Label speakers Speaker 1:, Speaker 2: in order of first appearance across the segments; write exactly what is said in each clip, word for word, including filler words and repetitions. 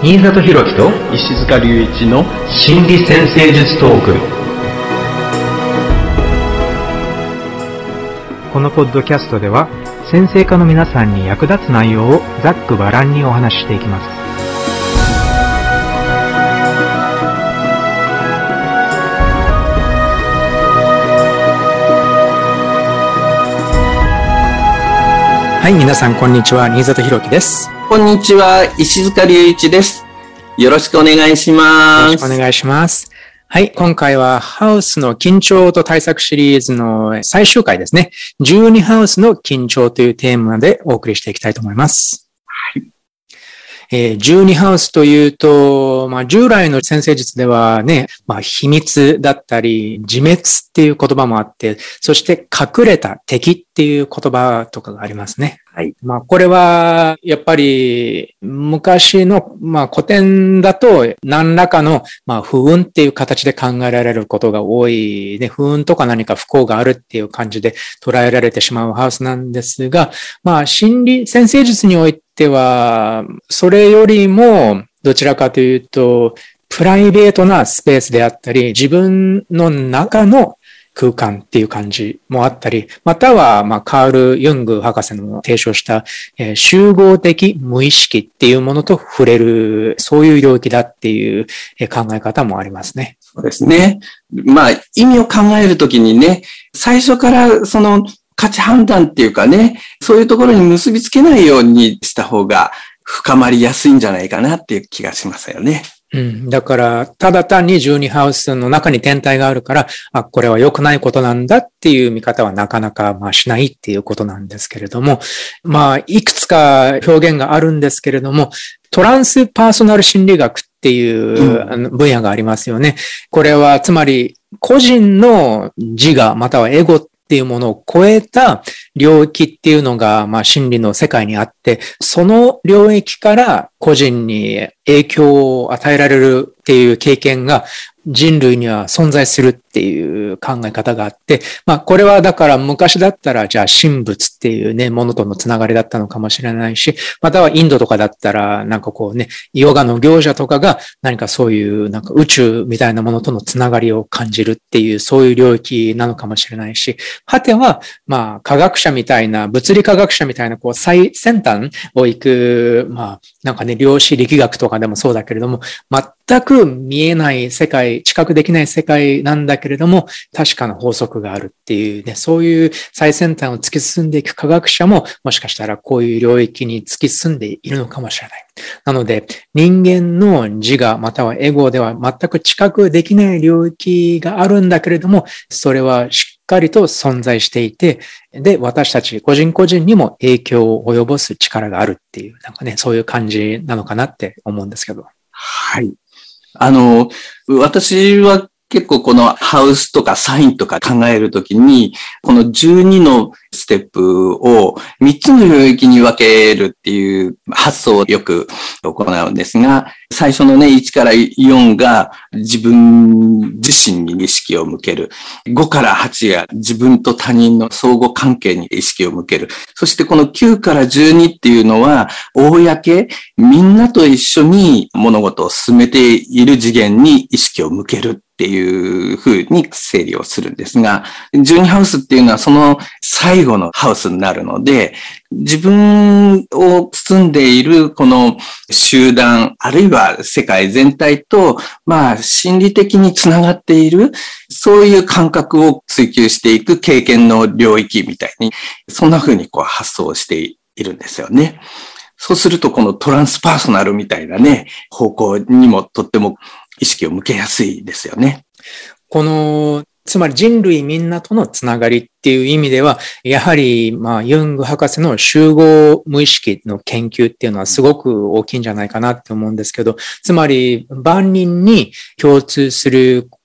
Speaker 1: 新里博樹と
Speaker 2: 石塚隆一の
Speaker 1: 心理先生術トーク。このポッドキャストでは先生科の皆さんに役立つ内容をざっくばらんにお話ししていきます。はい、皆さんこんにちは、新里博樹です。
Speaker 2: こんにちは、石塚隆一です。よろしくお願いします。
Speaker 1: よろしくお願いします。はい、今回はハウスの緊張と対策シリーズの最終回ですね。じゅうにハウスの緊張というテーマでお送りしていきたいと思います。
Speaker 2: はい。
Speaker 1: えー、じゅうにハウスというと、まあ、従来の先生術ではね、まあ、秘密だったり、自滅っていう言葉もあって、そして隠れた敵っていう言葉とかがありますね。
Speaker 2: はい。
Speaker 1: まあ、これは、やっぱり、昔の、まあ、古典だと、何らかの、まあ、不運っていう形で考えられることが多い、ね、不運とか何か不幸があるっていう感じで捉えられてしまうハウスなんですが、まあ、心理、先生術においては、それよりも、どちらかというと、プライベートなスペースであったり、自分の中の空間っていう感じもあったり、または、まあ、カール・ユング博士の提唱した、えー、集合的無意識っていうものと触れる、そういう領域だっていう考え方もありますね。
Speaker 2: そうですね。まあ、意味を考えるときにね、最初からその価値判断っていうかね、そういうところに結びつけないようにした方が深まりやすいんじゃないかなっていう気がしますよね。
Speaker 1: うん。だから、ただ単にじゅうにハウスの中に天体があるから、あ、これは良くないことなんだっていう見方はなかなかまあしないっていうことなんですけれども、まあ、いくつか表現があるんですけれども、トランスパーソナル心理学っていう分野がありますよね。うん、これは、つまり、個人の自我またはエゴっていうものを超えた領域っていうのが、まあ、心理の世界にあって、その領域から個人に影響を与えられるっていう経験が人類には存在するっていう考え方があって、まあこれはだから昔だったらじゃあ神仏っていうね、ものとのつながりだったのかもしれないし、またはインドとかだったらなんかこうね、ヨガの行者とかが何かそういうなんか宇宙みたいなものとのつながりを感じるっていうそういう領域なのかもしれないし、果てはまあ科学者みたいな、物理科学者みたいなこう最先端を行く、まあなんかね、量子力学とかでもそうだけれども、全く見えない世界、知覚できない世界なんだけれども、確かな法則があるっていうね、そういう最先端を突き進んでいく科学者も、もしかしたらこういう領域に突き進んでいるのかもしれない。なので、人間の自我またはエゴでは全く知覚できない領域があるんだけれども、それはしっかりと存在していて、で、私たち個人個人にも影響を及ぼす力があるっていう、なんかね、そういう感じなのかなって思うんですけど。
Speaker 2: はい。あの、私は結構このハウスとかサインとか考えるときに、このじゅうにのステップをみっつの領域に分けるっていう発想をよく行うんですが、最初のね、いちからよんが自分自身に意識を向ける。ごからはちが自分と他人の相互関係に意識を向ける。そしてこのきゅうからじゅうにっていうのは、公、みんなと一緒に物事を進めている次元に意識を向ける。っていう風に整理をするんですが、じゅうにハウスっていうのはその最後のハウスになるので、自分を包んでいるこの集団、あるいは世界全体と、まあ心理的につながっている、そういう感覚を追求していく経験の領域みたいに、そんな風にこう発想しているんですよね。そうするとこのトランスパーソナルみたいなね、方向にもとっても意識を向けやすいですよね。
Speaker 1: この、つまり人類みんなとのつながりっていう意味では、やはり、まあ、ユング博士の集合無意識の研究っていうのはすごく大きいんじゃないかなって思うんですけど、つまり万人に共通する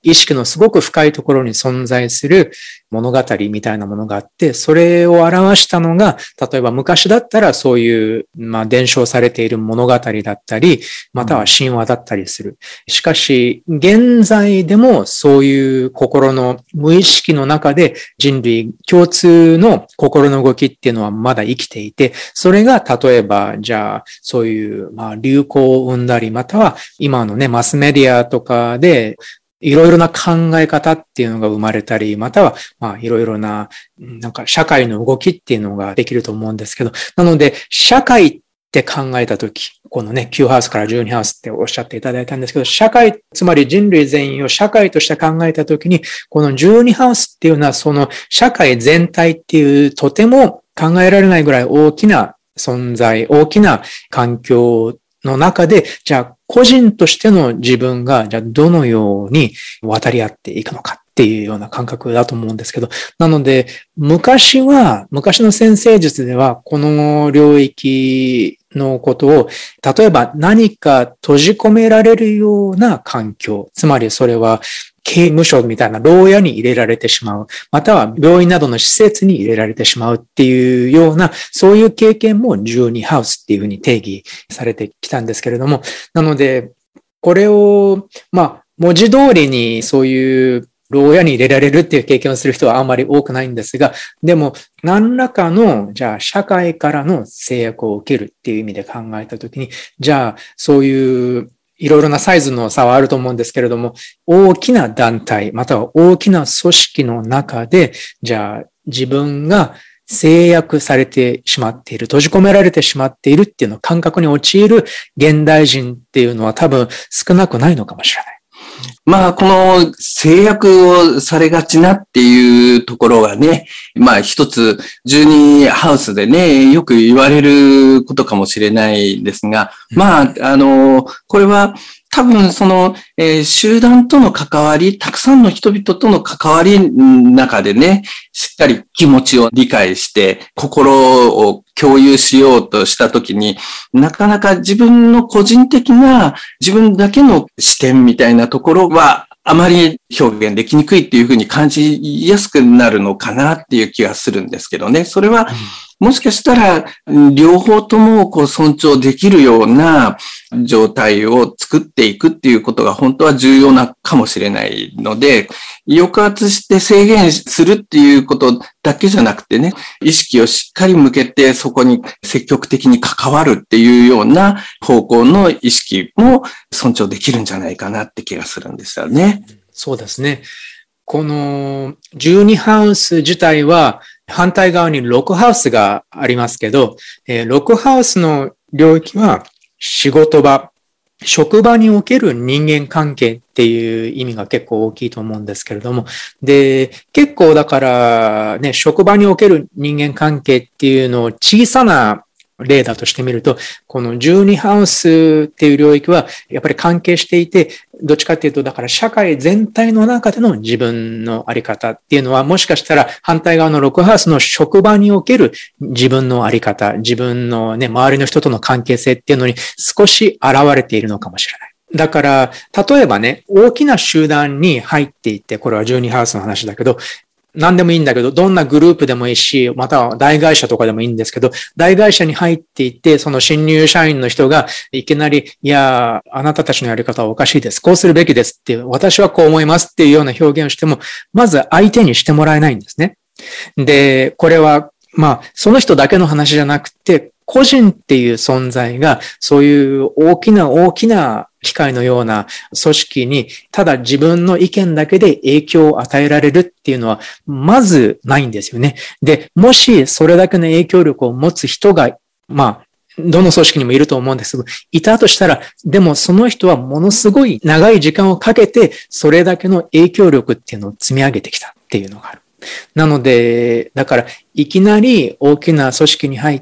Speaker 1: 意識のすごく深いところに存在する物語みたいなものがあって、それを表したのが、例えば昔だったらそういう、まあ、伝承されている物語だったり、または神話だったりする。しかし、現在でもそういう心の無意識の中で人類共通の心の動きっていうのはまだ生きていて、それが例えば、じゃあ、そういう、まあ、流行を生んだり、または今のね、マスメディアとかで、いろいろな考え方っていうのが生まれたり、または、まあ、いろいろな、なんか、社会の動きっていうのができると思うんですけど、なので、社会って考えたとき、このね、きゅうハウスからじゅうにハウスっておっしゃっていただいたんですけど、社会、つまり人類全員を社会として考えたときに、このじゅうにハウスっていうのは、その社会全体っていう、とても考えられないぐらい大きな存在、大きな環境の中で、じゃあ個人としての自分が、じゃあどのように渡り合っていくのかっていうような感覚だと思うんですけど、なので、昔は、昔の占星術では、この領域のことを、例えば何か閉じ込められるような環境、つまりそれは、刑務所みたいな牢屋に入れられてしまう。または病院などの施設に入れられてしまうっていうような、そういう経験もじゅうにハウスっていうふうに定義されてきたんですけれども、なので、これを、まあ、文字通りにそういう牢屋に入れられるっていう経験をする人はあんまり多くないんですが、でも何らかの、じゃあ社会からの制約を受けるっていう意味で考えたときに、じゃあそういういろいろなサイズの差はあると思うんですけれども、大きな団体、または大きな組織の中で、じゃあ自分が制約されてしまっている、閉じ込められてしまっているっていうの感覚に陥る現代人っていうのは多分少なくないのかもしれない。
Speaker 2: まあ、この制約をされがちなっていうところがね、まあ一つじゅうにハウスでね、よく言われることかもしれないですが、まあ、あの、これは多分その、えー、集団との関わり、たくさんの人々との関わりの中でね、しっかり気持ちを理解して、心を共有しようとしたときに、なかなか自分の個人的な自分だけの視点みたいなところはあまり表現できにくいっていうふうに感じやすくなるのかなっていう気がするんですけどね。それはもしかしたら両方ともこう尊重できるような状態を作っていくっていうことが本当は重要なかもしれないので、抑圧して制限するっていうことだけじゃなくてね、意識をしっかり向けてそこに積極的に関わるっていうような方向の意識も尊重できるんじゃないかなって気がするんですよね。
Speaker 1: そうですね。このじゅうにハウス自体は反対側にろくハウスがありますけど、ろくハウスの領域は仕事場、職場における人間関係っていう意味が結構大きいと思うんですけれども、で、結構だからね、職場における人間関係っていうのを小さな例だとしてみると、このじゅうにハウスっていう領域はやっぱり関係していて、どっちかっていうと、だから社会全体の中での自分のあり方っていうのは、もしかしたら反対側のろくハウスの職場における自分のあり方、自分のね、周りの人との関係性っていうのに少し現れているのかもしれない。だから、例えばね、大きな集団に入っていって、これはじゅうにハウスの話だけど、何でもいいんだけど、どんなグループでもいいし、または大会社とかでもいいんですけど、大会社に入っていって、その新入社員の人がいきなり、いや、あなたたちのやり方はおかしいです。こうするべきですって、私はこう思いますっていうような表現をしても、まず相手にしてもらえないんですね。で、これは、まあ、その人だけの話じゃなくて、個人っていう存在が、そういう大きな大きな機械のような組織に、ただ自分の意見だけで影響を与えられるっていうのは、まずないんですよね。で、もしそれだけの影響力を持つ人が、まあ、どの組織にもいると思うんですが、いたとしたら、でもその人はものすごい長い時間をかけて、それだけの影響力っていうのを積み上げてきたっていうのがある。なので、だから、いきなり大きな組織に入って、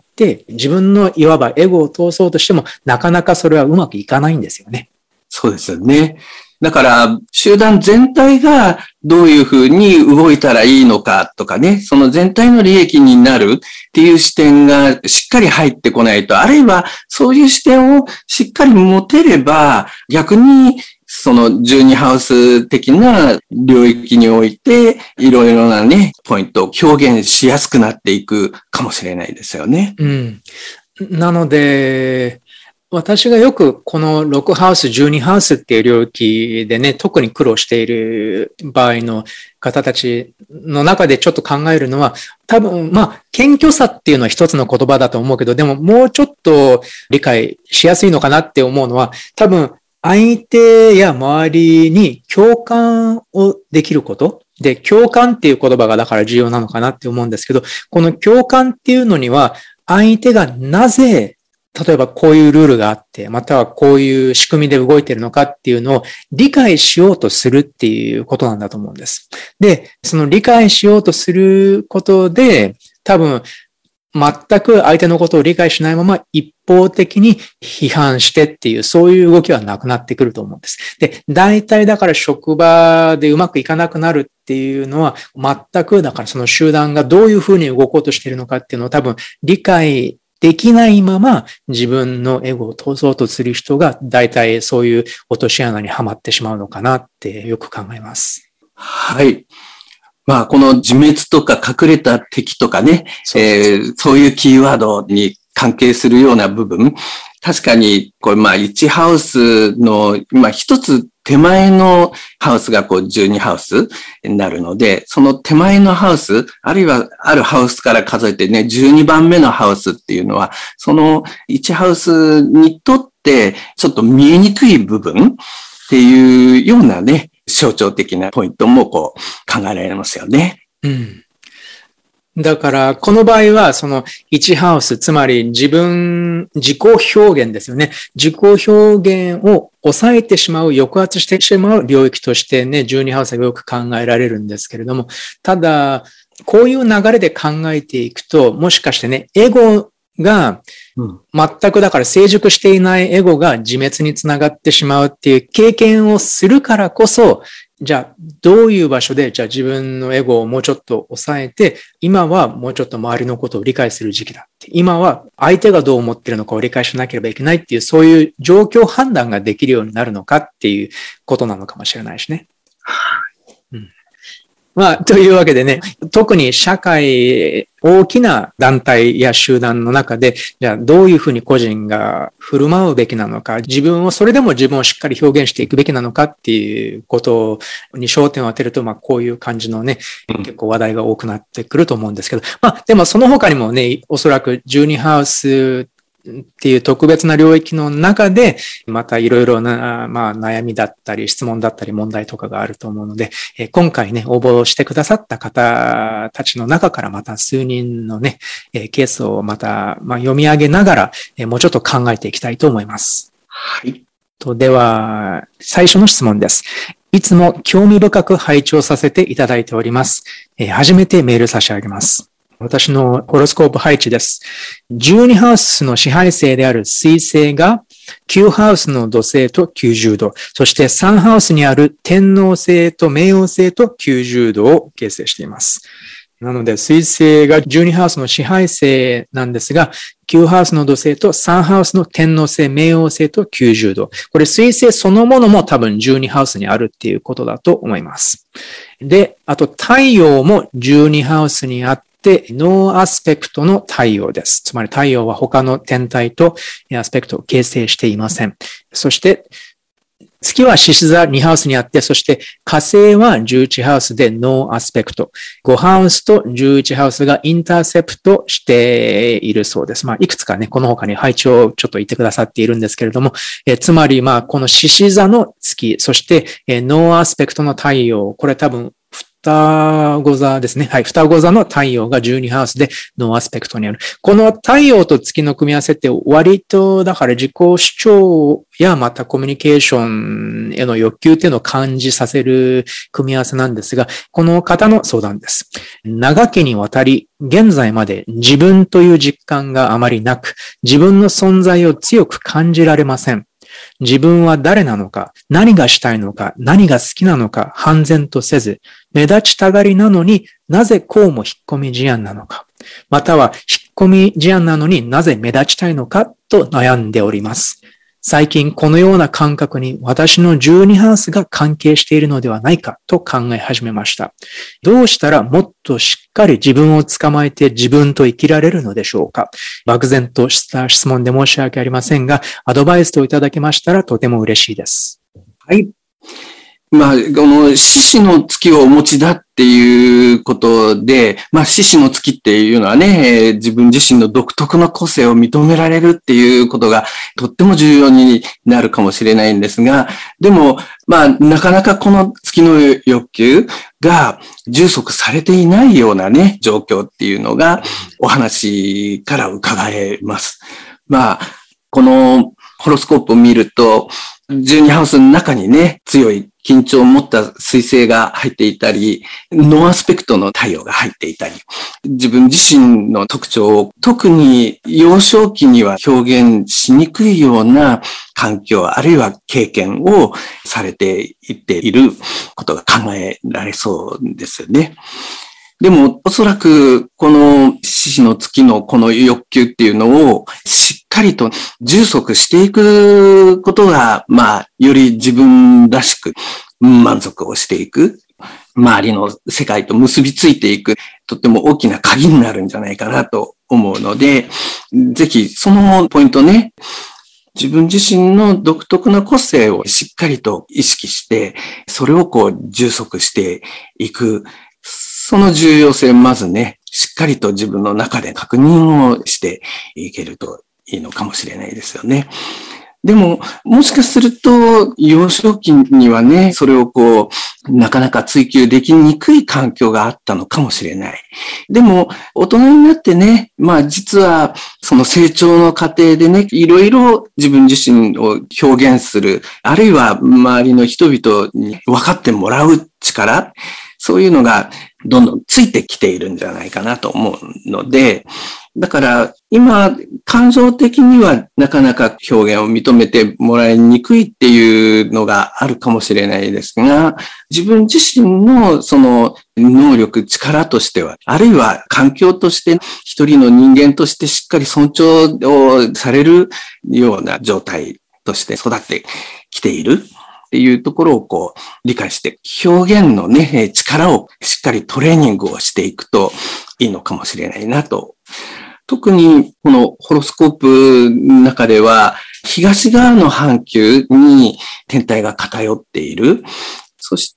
Speaker 1: 自分のいわばエゴを通そうとしても、なかなかそれはうまくいかないんですよね。
Speaker 2: そうですよね。だから、集団全体がどういうふうに動いたらいいのかとかね、その全体の利益になるっていう視点がしっかり入ってこないと、あるいはそういう視点をしっかり持てれば、逆にそのじゅうにハウス的な領域において、いろいろなね、ポイントを表現しやすくなっていくかもしれないですよね。
Speaker 1: うん。なので、私がよくこのろくハウス、じゅうにハウスっていう領域でね、特に苦労している場合の方たちの中でちょっと考えるのは、多分、まあ、謙虚さっていうのは一つの言葉だと思うけど、でももうちょっと理解しやすいのかなって思うのは、多分、相手や周りに共感をできること。で、共感っていう言葉がだから重要なのかなって思うんですけど、この共感っていうのには、相手がなぜ例えばこういうルールがあって、またはこういう仕組みで動いているのかっていうのを理解しようとするっていうことなんだと思うんです。で、その理解しようとすることで、多分全く相手のことを理解しないまま一方的に批判してっていう、そういう動きはなくなってくると思うんです。で、大体だから職場でうまくいかなくなるっていうのは、全くだからその集団がどういうふうに動こうとしているのかっていうのを多分理解できないまま自分のエゴを通そうとする人が大体そういう落とし穴にはまってしまうのかなってよく考えます。
Speaker 2: はい。まあ、この自滅とか隠れた敵とかね、そうそうそう、えー、そういうキーワードに関係するような部分、確かに、これまあいちハウスの、まあ一つ手前のハウスがこうじゅうにハウスになるので、その手前のハウス、あるいはあるハウスから数えてね、じゅうにばんめのハウスっていうのは、そのいちハウスにとってちょっと見えにくい部分っていうようなね、象徴的なポイントもこう考えられますよね。
Speaker 1: うん。だから、この場合は、そのいちハウス、つまり自分、自己表現ですよね。自己表現を抑えてしまう、抑圧してしまう領域としてね、じゅうにハウスがよく考えられるんですけれども、ただ、こういう流れで考えていくと、もしかしてね、エゴが、全くだから成熟していないエゴが自滅につながってしまうっていう経験をするからこそ、じゃあどういう場所でじゃあ自分のエゴをもうちょっと抑えて、今はもうちょっと周りのことを理解する時期だって。今は相手がどう思っているのかを理解しなければいけないっていう、そういう状況判断ができるようになるのかっていうことなのかもしれないしね。うん、まあ、というわけでね、特に社会、大きな団体や集団の中で、じゃあどういうふうに個人が振る舞うべきなのか、自分を、それでも自分をしっかり表現していくべきなのかっていうことに焦点を当てると、まあこういう感じのね、結構話題が多くなってくると思うんですけど、まあでもその他にもね、おそらくじゅうにハウス、っていう特別な領域の中で、またいろいろな、まあ、悩みだったり、質問だったり、問題とかがあると思うので、今回ね、応募してくださった方たちの中からまた数人のね、ケースをまた、まあ、読み上げながら、もうちょっと考えていきたいと思います。
Speaker 2: はい。
Speaker 1: と、では、最初の質問です。いつも興味深く拝聴させていただいております。初めてメール差し上げます。私のホロスコープ配置です。じゅうにハウスの支配星である水星がきゅうハウスの土星ときゅうじゅうど、そしてさんハウスにある天王星と冥王星ときゅうじゅうどを形成しています。なので水星がじゅうにハウスの支配星なんですが、きゅうハウスの土星とさんハウスの天王星、冥王星ときゅうじゅうど。これ水星そのものも多分じゅうにハウスにあるっていうことだと思います。で、あと太陽もじゅうにハウスにあって、で、ノーアスペクトの太陽です。つまり太陽は他の天体とアスペクトを形成していません。そして、月は獅子座にハウスにあって、そして火星はじゅういちハウスでノーアスペクト。ごハウスとじゅういちハウスがインターセプトしているそうです。まあ、いくつかね、この他に配置をちょっと言ってくださっているんですけれども、えつまり、まあ、この獅子座の月、そしてえノーアスペクトの太陽、これ多分、双子座ですね。はい。双子座の太陽がじゅうにハウスでノーアスペクトにある。この太陽と月の組み合わせって割と、だから自己主張やまたコミュニケーションへの欲求っていうのを感じさせる組み合わせなんですが、この方の相談です。長きにわたり、現在まで自分という実感があまりなく、自分の存在を強く感じられません。自分は誰なのか、何がしたいのか、何が好きなのか、判然とせず、目立ちたがりなのになぜこうも引っ込み思案なのか、または引っ込み思案なのになぜ目立ちたいのかと悩んでおります。 最近このような感覚に私のじゅうにハウスが関係しているのではないかと考え始めました。どうしたらもっとしっかり自分を捕まえて自分と生きられるのでしょうか。漠然とした質問で申し訳ありませんが、アドバイスをいただけましたらとても嬉しいです。
Speaker 2: はい。まあ、この獅子の月をお持ちだっていうことで、まあ、獅子の月っていうのはね、自分自身の独特の個性を認められるっていうことがとっても重要になるかもしれないんですが、でも、まあ、なかなかこの月の欲求が充足されていないようなね、状況っていうのがお話から伺えます。まあ、このホロスコープを見ると、じゅうにハウスの中にね、強い緊張を持った水星が入っていたり、ノーアスペクトの太陽が入っていたり、自分自身の特徴を特に幼少期には表現しにくいような環境、あるいは経験をされていっていることが考えられそうですよね。でも、おそらく、この獅子の月のこの欲求っていうのをしっかりと充足していくことが、まあ、より自分らしく満足をしていく、周りの世界と結びついていく、とっても大きな鍵になるんじゃないかなと思うので、ぜひそのポイントね、自分自身の独特な個性をしっかりと意識して、それをこう充足していく、その重要性をまずね、しっかりと自分の中で確認をしていけるといいのかもしれないですよね。でも、もしかすると、幼少期にはね、それをこう、なかなか追求できにくい環境があったのかもしれない。でも、大人になってね、まあ実は、その成長の過程でね、いろいろ自分自身を表現する、あるいは周りの人々に分かってもらう力、そういうのがどんどんついてきているんじゃないかなと思うので、だから今感情的にはなかなか表現を認めてもらいにくいっていうのがあるかもしれないですが、自分自身のその能力、力としては、あるいは環境として一人の人間としてしっかり尊重をされるような状態として育ってきている。っていうところをこう理解して表現のね、力をしっかりトレーニングをしていくといいのかもしれないなと。特にこのホロスコープの中では東側の半球に天体が偏っている。そして、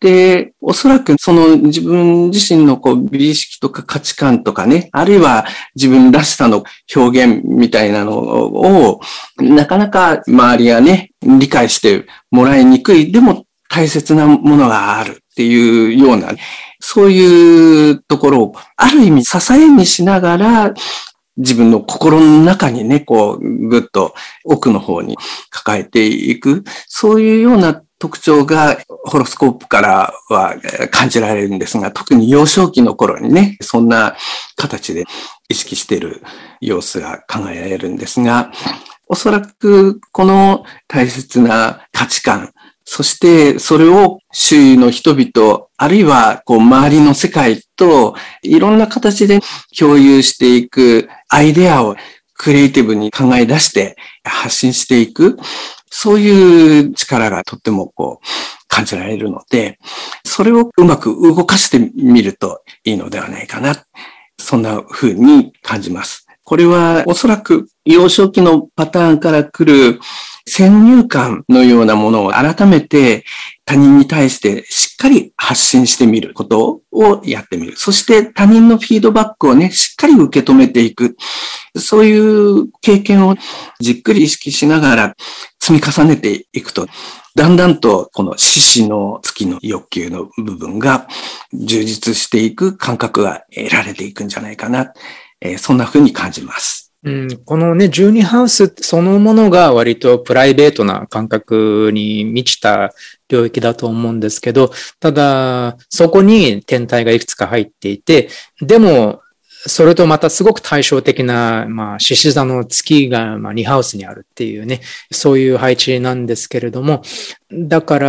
Speaker 2: おそらくその自分自身のこう美意識とか価値観とかね、あるいは自分らしさの表現みたいなのを、なかなか周りがね、理解してもらいにくい、でも大切なものがあるっていうような、そういうところをある意味支えにしながら、自分の心の中にね、こう、ぐっと奥の方に抱えていく、そういうような特徴がホロスコープからは感じられるんですが、特に幼少期の頃にね、そんな形で意識している様子が考えられるんですが、おそらくこの大切な価値観、そしてそれを周囲の人々、あるいはこう周りの世界といろんな形で共有していくアイデアをクリエイティブに考え出して発信していく、そういう力がとってもこう感じられるので、それをうまく動かしてみるといいのではないかな。そんな風に感じます。これはおそらく幼少期のパターンから来る先入観のようなものを改めて他人に対してしっかり発信してみることをやってみる。そして他人のフィードバックをね、しっかり受け止めていく。そういう経験をじっくり意識しながら積み重ねていくと、だんだんとこの獅子の月の欲求の部分が充実していく感覚が得られていくんじゃないかな。えー、そんな風に感じます。
Speaker 1: うん、このね、じゅうにハウスそのものが割とプライベートな感覚に満ちた領域だと思うんですけど、ただ、そこに天体がいくつか入っていて、でも、それとまたすごく対照的な、まあ、獅子座の月が、まあ、にハウスにあるっていうね、そういう配置なんですけれども、だから、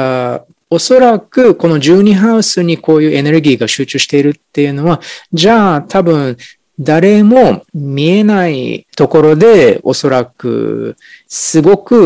Speaker 1: おそらくこのじゅうにハウスにこういうエネルギーが集中しているっていうのは、じゃあ多分、誰も見えないところでおそらくすごく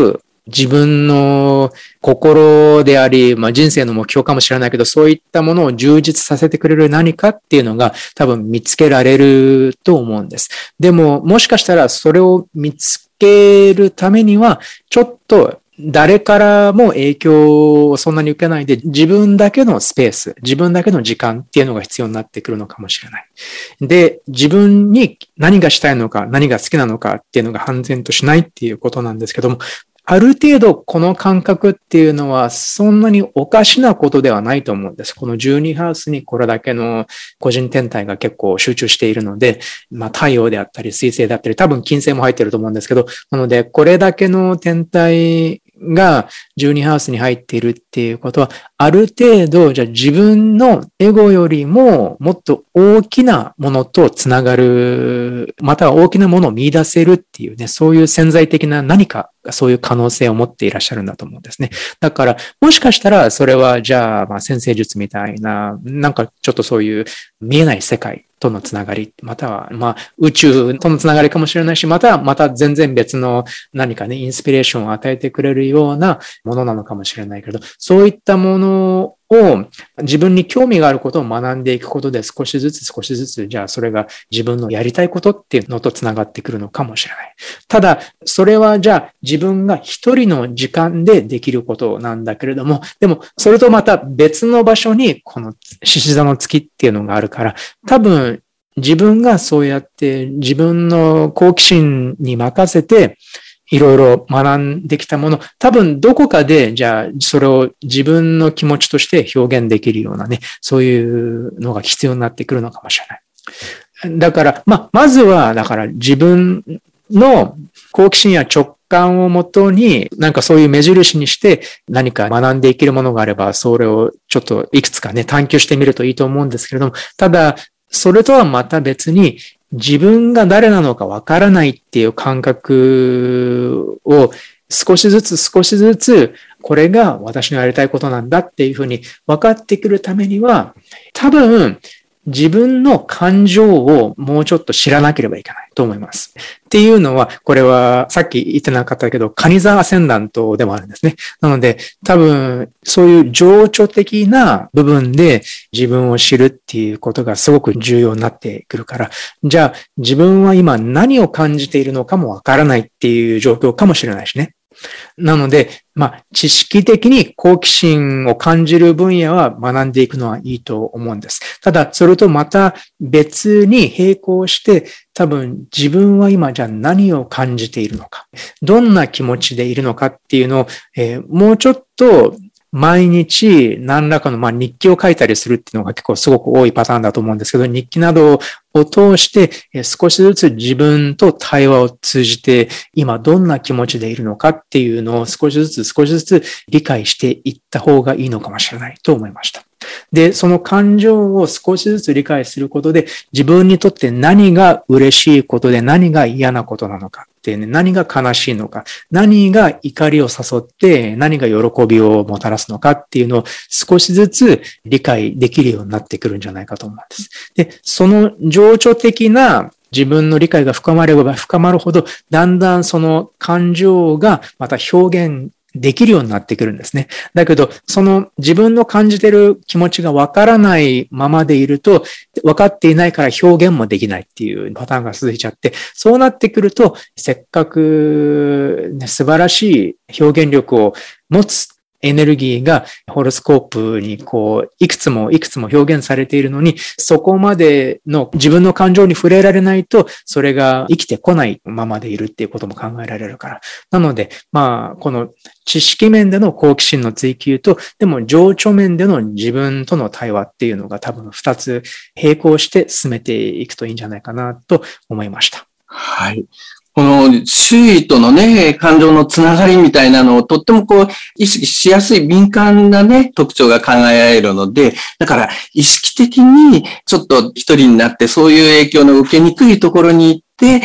Speaker 1: 自分の心であり、まあ人生の目標かもしれないけど、そういったものを充実させてくれる何かっていうのが多分見つけられると思うんです。でも、もしかしたらそれを見つけるためには、ちょっと誰からも影響をそんなに受けないで、自分だけのスペース、自分だけの時間っていうのが必要になってくるのかもしれない。で、自分に何がしたいのか、何が好きなのかっていうのが判然としないっていうことなんですけども、ある程度この感覚っていうのはそんなにおかしなことではないと思うんです。このじゅうにハウスにこれだけの個人天体が結構集中しているので、まあ太陽であったり水星であったり多分金星も入ってると思うんですけど、なのでこれだけの天体がじゅうにハウスに入っているっていうことは、ある程度じゃあ自分のエゴよりももっと大きなものとつながる、または大きなものを見出せるっていうね、そういう潜在的な何かそういう可能性を持っていらっしゃるんだと思うんですね。だから、もしかしたらそれはじゃあ、まあ先生術みたいな、なんかちょっとそういう見えない世界とのつながり、またはまあ宇宙とのつながりかもしれないし、またはまた全然別の何かね、インスピレーションを与えてくれるようなものなのかもしれないけど、そういったものを自分に興味があることを学んでいくことで少しずつ少しずつ、じゃあそれが自分のやりたいことっていうのとつながってくるのかもしれない。ただ、それはじゃあ自分が一人の時間でできることなんだけれども、でもそれとまた別の場所にこの獅子座の月っていうのがあるから、多分自分がそうやって自分の好奇心に任せて、いろいろ学んできたもの、多分どこかで、じゃあ、それを自分の気持ちとして表現できるようなね、そういうのが必要になってくるのかもしれない。だから、まあ、まずは、だから自分の好奇心や直感をもとに、なんかそういう目印にして何か学んでいけるものがあれば、それをちょっといくつかね、探求してみるといいと思うんですけれども、ただ、それとはまた別に、自分が誰なのかわからないっていう感覚を少しずつ少しずつこれが私のやりたいことなんだっていうふうに分かってくるためには、多分自分の感情をもうちょっと知らなければいけないと思います。っていうのは、これはさっき言ってなかったけど、蟹座アセンダントでもあるんですね。なので、多分そういう情緒的な部分で自分を知るっていうことがすごく重要になってくるから、じゃあ自分は今何を感じているのかもわからないっていう状況かもしれないしね。なので、まあ、知識的に好奇心を感じる分野は学んでいくのはいいと思うんです。ただ、それとまた別に並行して、多分自分は今じゃあ何を感じているのか、どんな気持ちでいるのかっていうのを、えー、もうちょっと毎日何らかのまあ日記を書いたりするっていうのが結構すごく多いパターンだと思うんですけど、日記などを通して少しずつ自分と対話を通じて今どんな気持ちでいるのかっていうのを少しずつ少しずつ理解していった方がいいのかもしれないと思いました。で、その感情を少しずつ理解することで自分にとって何が嬉しいことで何が嫌なことなのかってね、何が悲しいのか、何が怒りを誘って何が喜びをもたらすのかっていうのを少しずつ理解できるようになってくるんじゃないかと思うんです。で、その情緒的な自分の理解が深まれば深まるほど、だんだんその感情がまた表現できるようになってくるんですね。だけど、その自分の感じてる気持ちがわからないままでいると、分かっていないから表現もできないっていうパターンが続いちゃって、そうなってくると、せっかく、ね、素晴らしい表現力を持つエネルギーがホロスコープにこう、いくつもいくつも表現されているのに、そこまでの自分の感情に触れられないと、それが生きてこないままでいるっていうことも考えられるから。なので、まあ、この知識面での好奇心の追求と、でも情緒面での自分との対話っていうのが多分二つ並行して進めていくといいんじゃないかなと思いました。
Speaker 2: はい。この周囲とのね、感情のつながりみたいなのをとってもこう意識しやすい敏感なね、特徴が考えられるので、だから意識的にちょっと一人になってそういう影響の受けにくいところに行って、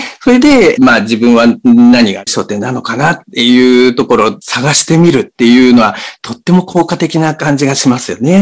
Speaker 2: それでまあ自分は何が焦点なのかなっていうところを探してみるっていうのはとっても効果的な感じがしますよね。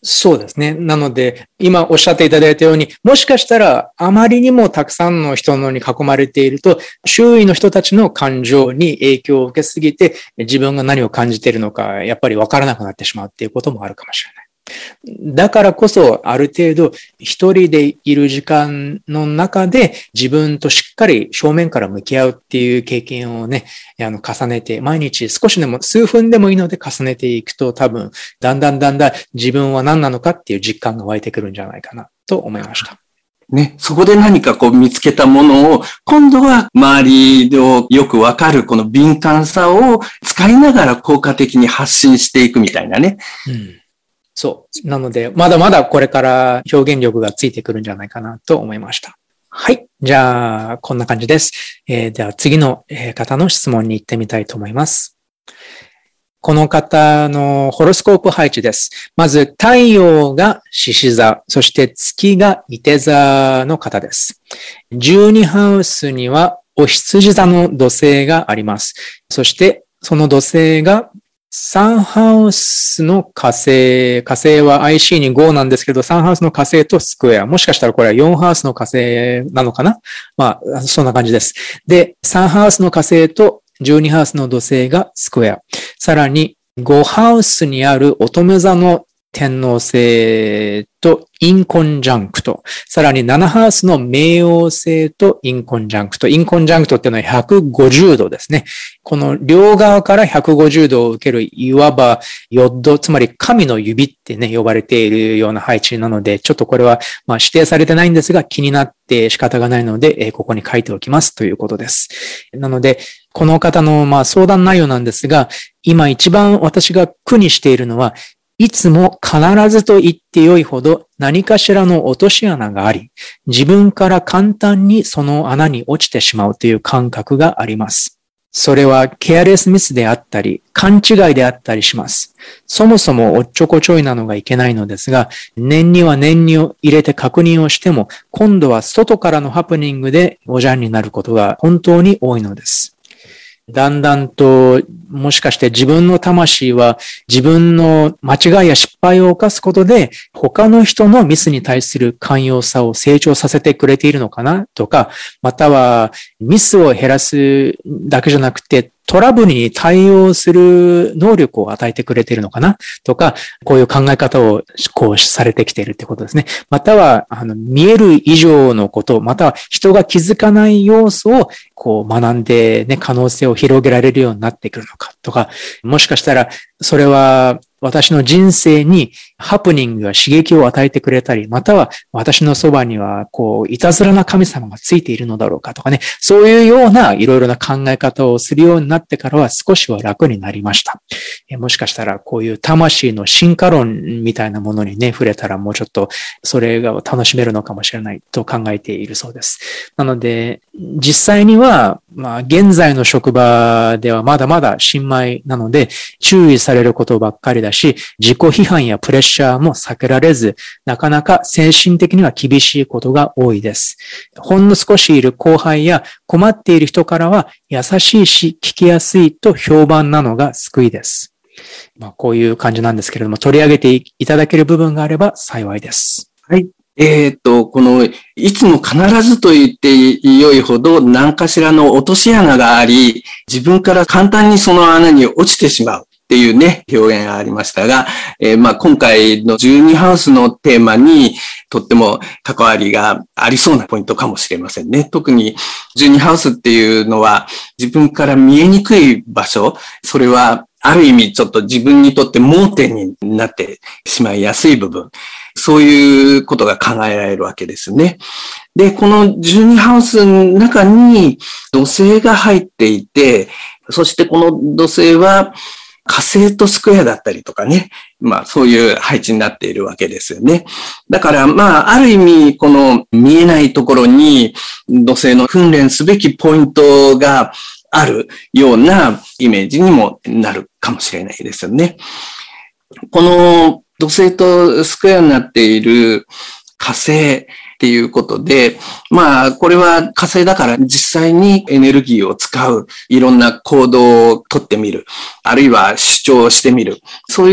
Speaker 1: そうですね。なので、今おっしゃっていただいたように、もしかしたらあまりにもたくさんの人のに囲まれていると、周囲の人たちの感情に影響を受けすぎて、自分が何を感じているのか、やっぱりわからなくなってしまうっていうこともあるかもしれない。だからこそ、ある程度、一人でいる時間の中で自分としっかり正面から向き合うっていう経験をね、あの、重ねて、毎日少しでも数分でもいいので重ねていくと、多分、だんだんだんだん自分は何なのかっていう実感が湧いてくるんじゃないかなと思いました。
Speaker 2: ね、そこで何かこう見つけたものを、今度は周りをよくわかるこの敏感さを使いながら効果的に発信していくみたいなね。
Speaker 1: うんそう。なので、まだまだこれから表現力がついてくるんじゃないかなと思いました。はい。じゃあ、こんな感じです。えー、では次の方の質問に行ってみたいと思います。この方のホロスコープ配置です。まず、太陽が獅子座、そして月が射手座の方です。じゅうにハウスにはお羊座の土星があります。そして、その土星がさんハウスの火星、火星は アイシー にごなんですけど、さんハウスの火星とスクエア。もしかしたらこれはよんハウスの火星なのかな？まあ、そんな感じです。で、さんハウスの火星とじゅうにハウスの土星がスクエア。さらにごハウスにある乙女座の天王星とインコンジャンクト。さらにななハウスの冥王星とインコンジャンクト。インコンジャンクトっていうのはひゃくごじゅうどですね。この両側からひゃくごじゅうどを受けるいわばヨッド、つまり神の指ってね、呼ばれているような配置なので、ちょっとこれはまあ指定されてないんですが気になって仕方がないので、ここに書いておきますということです。なので、この方のまあ相談内容なんですが、今一番私が苦にしているのは、いつも必ずと言ってよいほど何かしらの落とし穴があり、自分から簡単にその穴に落ちてしまうという感覚があります。それはケアレスミスであったり、勘違いであったりします。そもそもおっちょこちょいなのがいけないのですが、念には念にを入れて確認をしても、今度は外からのハプニングでおじゃんになることが本当に多いのです。だんだんと、もしかして自分の魂は自分の間違いや失敗を犯すことで他の人のミスに対する寛容さを成長させてくれているのかなとか、またはミスを減らすだけじゃなくてトラブルに対応する能力を与えてくれているのかなとか、こういう考え方をこうされてきているってことですね。または、あの、見える以上のこと、または人が気づかない要素をこう学んでね、可能性を広げられるようになってくるのかとか、もしかしたらそれは私の人生にハプニングが刺激を与えてくれたり、または私のそばにはこういたずらな神様がついているのだろうかとかね、そういうようないろいろな考え方をするようになってからは少しは楽になりました。もしかしたらこういう魂の進化論みたいなものにね、触れたらもうちょっとそれが楽しめるのかもしれないと考えているそうです。なので、実際には、まあ現在の職場ではまだまだ新米なので、注意されることばっかりだし、自己批判やプレッシャーも避けられず、なかなか精神的には厳しいことが多いです。ほんの少しいる後輩や困っている人からは優しいし聞きやすいと評判なのが救いです。まあ、こういう感じなんですけれども、取り上げていただける部分があれば幸いです。
Speaker 2: はい。えっと、この、いつも必ずと言ってよいほど何かしらの落とし穴があり、自分から簡単にその穴に落ちてしまうっていうね、表現がありましたが、えー、まあ今回のじゅうにハウスのテーマにとっても関わりがありそうなポイントかもしれませんね。特にじゅうにハウスっていうのは自分から見えにくい場所、それはある意味ちょっと自分にとって盲点になってしまいやすい部分。そういうことが考えられるわけですね。で、このじゅうにハウスの中に土星が入っていて、そしてこの土星は火星とスクエアだったりとかね。まあそういう配置になっているわけですよね。だからまあある意味この見えないところに土星の訓練すべきポイントがあるようなイメージにもなるかもしれないですよね。この土星とスクエアになっている火星っていうことで、まあこれは火星だから実際にエネルギーを使う、いろんな行動をとってみる、あるいは主張してみる、そういう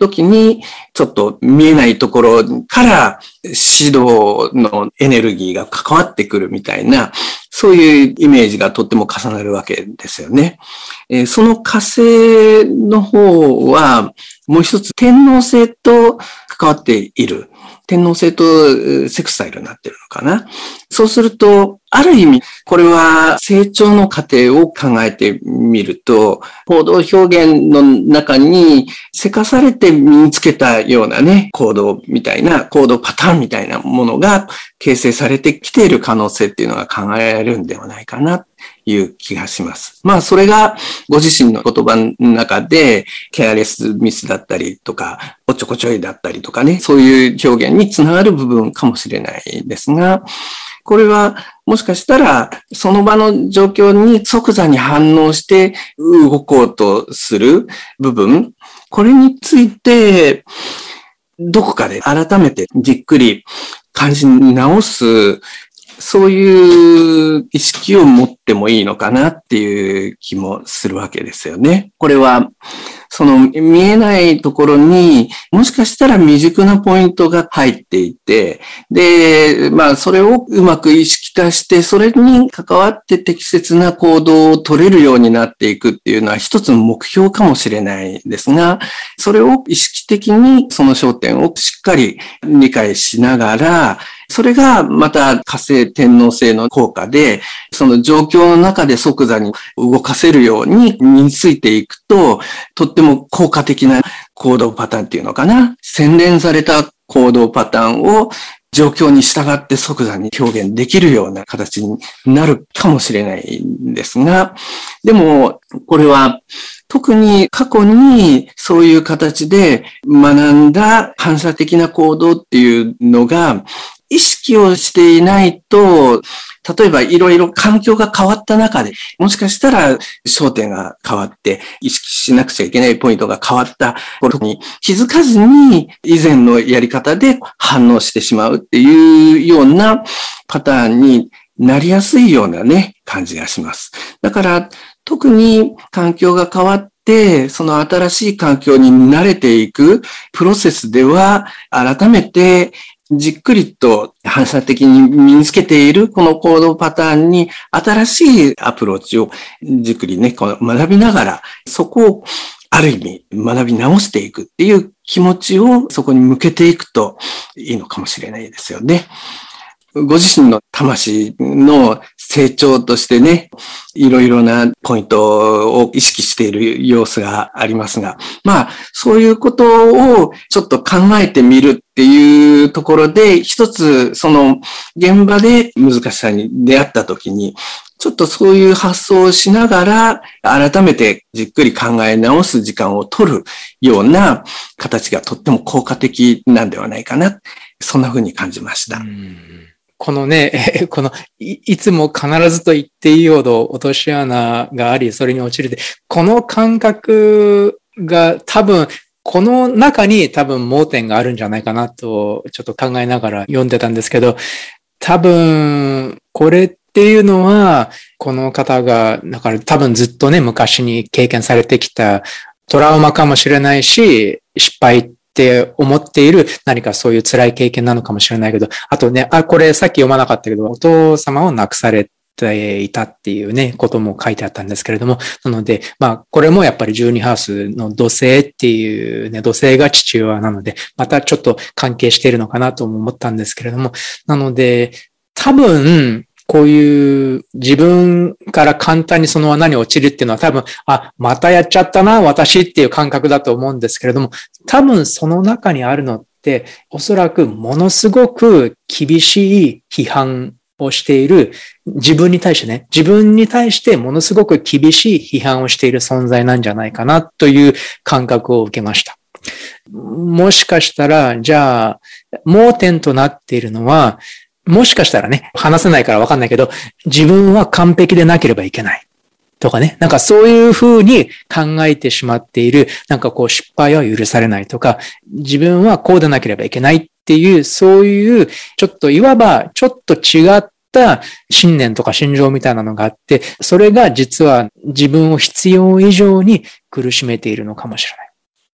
Speaker 2: 時に、ちょっと見えないところから指導のエネルギーが関わってくるみたいな、そういうイメージがとっても重なるわけですよね。えー、その火星の方は、もう一つ天王星と関わっている。天王星とセクサイルになってるのかな。そうすると、ある意味、これは成長の過程を考えてみると、行動表現の中にせかされて身につけたようなね、行動みたいな、行動パターンみたいなものが形成されてきている可能性っていうのが考えられるんではないかなという気がします。まあ、それがご自身の言葉の中で、ケアレスミスだったりとか、おっちょこちょいだったりとかね、そういう表現につながる部分かもしれないですが、これはもしかしたらその場の状況に即座に反応して動こうとする部分、これについてどこかで改めてじっくり感じ直す、そういう意識を持ってもいいのかなっていう気もするわけですよね。これはその見えないところにもしかしたら未熟なポイントが入っていて、で、まあそれをうまく意識化して、それに関わって適切な行動を取れるようになっていくっていうのは一つの目標かもしれないですが、それを意識的にその焦点をしっかり理解しながら、それがまた火星天王星の効果で、その状況の中で即座に動かせるように身についていくと、とっても効果的な行動パターンっていうのかな。洗練された行動パターンを状況に従って即座に表現できるような形になるかもしれないんですが、でもこれは特に過去にそういう形で学んだ反射的な行動っていうのが意識をしていないと、例えばいろいろ環境が変わった中で、もしかしたら焦点が変わって意識しなくちゃいけないポイントが変わったことに気づかずに以前のやり方で反応してしまうっていうようなパターンになりやすいようなね、感じがします。だから特に環境が変わってで、その新しい環境に慣れていくプロセスでは、改めてじっくりと反射的に身につけているこの行動パターンに新しいアプローチをじっくりね、この学びながら、そこをある意味学び直していくっていう気持ちをそこに向けていくといいのかもしれないですよね。ご自身の魂の成長としてね、いろいろなポイントを意識している様子がありますが、まあ、そういうことをちょっと考えてみるっていうところで、一つその現場で難しさに出会ったときに、ちょっとそういう発想をしながら、改めてじっくり考え直す時間を取るような形がとっても効果的なんではないかな。そんな風に感じました。
Speaker 1: うんこのね、このい、いつも必ずと言っていいほど落とし穴があり、それに落ちるで、この感覚が多分、この中に多分盲点があるんじゃないかなと、ちょっと考えながら読んでたんですけど、多分、これっていうのは、この方が、だから多分ずっとね、昔に経験されてきたトラウマかもしれないし、失敗って思っている何かそういう辛い経験なのかもしれないけど、あとね、あ、これさっき読まなかったけど、お父様を亡くされていたっていうね、ことも書いてあったんですけれども、なので、まあ、これもやっぱりじゅうにハウスの土星っていうね、土星が父親なので、またちょっと関係しているのかなとも思ったんですけれども、なので、多分、こういう自分から簡単にその罠に落ちるっていうのは多分、あ、またやっちゃったな、私っていう感覚だと思うんですけれども、多分その中にあるのって、おそらくものすごく厳しい批判をしている、自分に対してね、自分に対してものすごく厳しい批判をしている存在なんじゃないかなという感覚を受けました。もしかしたら、じゃあ、盲点となっているのは、もしかしたらね、話せないからわかんないけど、自分は完璧でなければいけない。とかね、なんかそういうふうに考えてしまっている、なんかこう失敗は許されないとか、自分はこうでなければいけないっていう、そういう、ちょっといわばちょっと違った信念とか心情みたいなのがあって、それが実は自分を必要以上に苦しめているのかもしれない。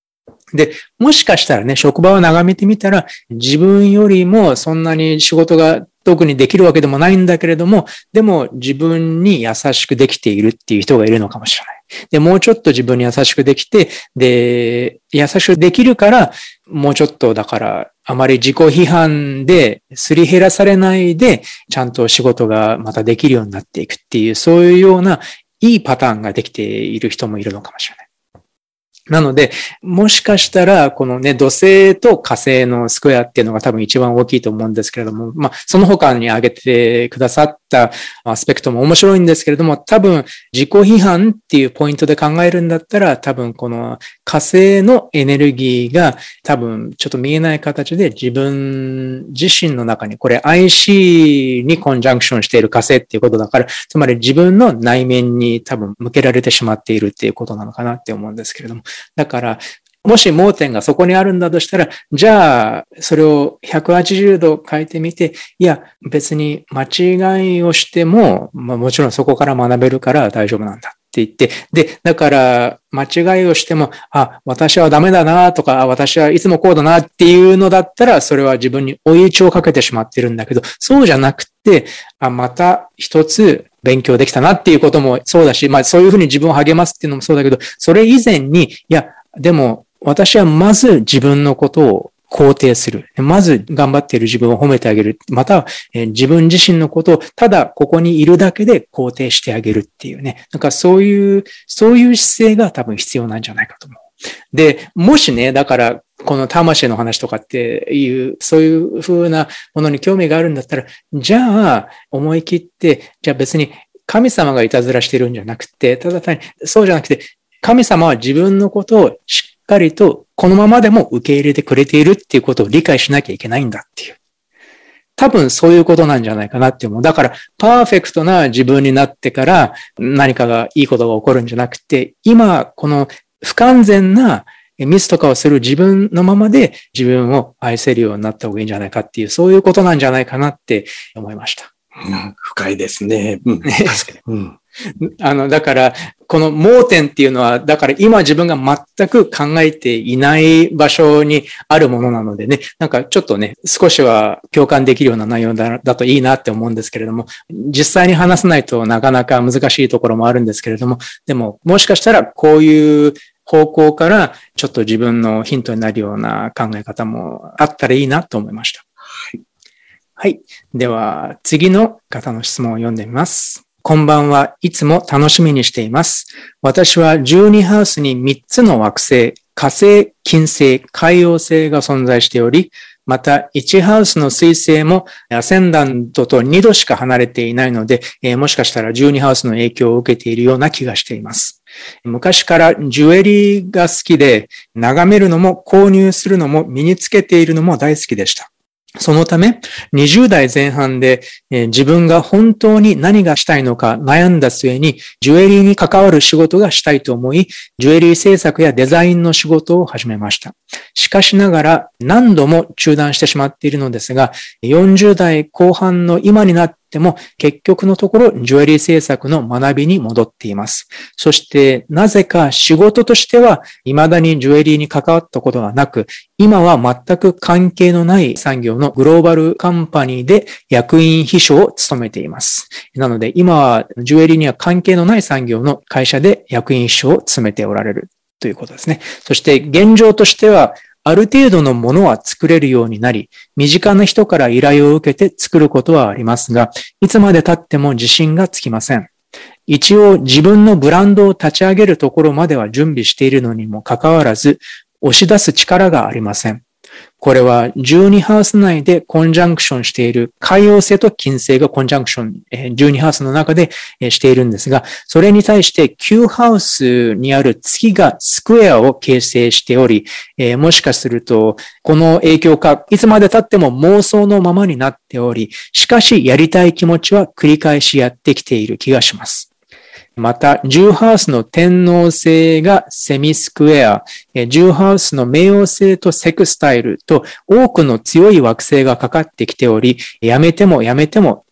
Speaker 1: で、もしかしたらね、職場を眺めてみたら、自分よりもそんなに仕事が特にできるわけでもないんだけれども、でも自分に優しくできているっていう人がいるのかもしれない。で、もうちょっと自分に優しくできて、で、優しくできるから、もうちょっとだから、あまり自己批判ですり減らされないで、ちゃんと仕事がまたできるようになっていくっていう、そういうようないいパターンができている人もいるのかもしれない。なので、もしかしたら、このね、土星と火星のスクエアっていうのが多分一番大きいと思うんですけれども、まあ、その他に挙げてくださったアスペクトも面白いんですけれども、多分自己批判っていうポイントで考えるんだったら、多分この火星のエネルギーが多分ちょっと見えない形で自分自身の中に、これ アイシー にコンジャンクションしている火星っていうことだから、つまり自分の内面に多分向けられてしまっているっていうことなのかなって思うんですけれども、だから、もし盲点がそこにあるんだとしたら、じゃあ、それをひゃくはちじゅうど変えてみて、いや、別に間違いをしても、まあもちろんそこから学べるから大丈夫なんだって言って、で、だから、間違いをしても、あ、私はダメだなとか、私はいつもこうだなっていうのだったら、それは自分に追い打ちをかけてしまってるんだけど、そうじゃなくて、あ、また一つ、勉強できたなっていうこともそうだし、まあそういうふうに自分を励ますっていうのもそうだけど、それ以前に、いや、でも私はまず自分のことを肯定する。まず頑張っている自分を褒めてあげる。または、えー、自分自身のことをただここにいるだけで肯定してあげるっていうね。なんかそういう、そういう姿勢が多分必要なんじゃないかと思う。で、もしね、だから、この魂の話とかっていう、そういう風なものに興味があるんだったら、じゃあ、思い切って、じゃあ別に神様がいたずらしてるんじゃなくて、ただ単に、そうじゃなくて、神様は自分のことをしっかりとこのままでも受け入れてくれているっていうことを理解しなきゃいけないんだっていう。多分そういうことなんじゃないかなって思う。だから、パーフェクトな自分になってから何かがいいことが起こるんじゃなくて、今、この不完全なミスとかをする自分のままで自分を愛せるようになった方がいいんじゃないかっていう、そういうことなんじゃないかなって思いました。
Speaker 2: うん、深いですね。うん、確かに。うん、
Speaker 1: あの、だから、この盲点っていうのは、だから今自分が全く考えていない場所にあるものなのでね、なんかちょっとね、少しは共感できるような内容だ、だといいなって思うんですけれども、実際に話さないとなかなか難しいところもあるんですけれども、でも、もしかしたらこういう方向からちょっと自分のヒントになるような考え方もあったらいいなと思いました。はい。はい。では、次の方の質問を読んでみます。こんばんはいつも楽しみにしています。私はじゅうにハウスにみっつの惑星、火星、金星、海王星が存在しており、またいちハウスの水星もアセンダントとにどしか離れていないので、えー、もしかしたらじゅうにハウスの影響を受けているような気がしています。昔からジュエリーが好きで、眺めるのも購入するのも身につけているのも大好きでした。そのため、にじゅう代前半で、えー、自分が本当に何がしたいのか悩んだ末に、ジュエリーに関わる仕事がしたいと思い、ジュエリー制作やデザインの仕事を始めました。しかしながら、何度も中断してしまっているのですが、よんじゅう代後半の今になっても、結局のところ、ジュエリー制作の学びに戻っています。そして、なぜか仕事としては、未だにジュエリーに関わったことがなく、今は全く関係のない産業のグローバルカンパニーで役員秘書を務めています。なので、今はジュエリーには関係のない産業の会社で役員秘書を務めておられるということですね。そして、現状としては、ある程度のものは作れるようになり、身近な人から依頼を受けて作ることはありますが、いつまで経っても自信がつきません。一応自分のブランドを立ち上げるところまでは準備しているのにもかかわらず、押し出す力がありません。これはじゅうにハウス内でコンジャンクションしている海王星と金星がコンジャンクション、じゅうにハウスの中でしているんですが、それに対してきゅうハウスにある月がスクエアを形成しており、もしかするとこの影響かいつまで経っても妄想のままになっており、しかしやりたい気持ちは繰り返しやってきている気がします。また、じゅうハウスの天王星がセミスクエア、じゅうハウスの冥王星とセクスタイルと多くの強い惑星がかかってきており、やめてもやめても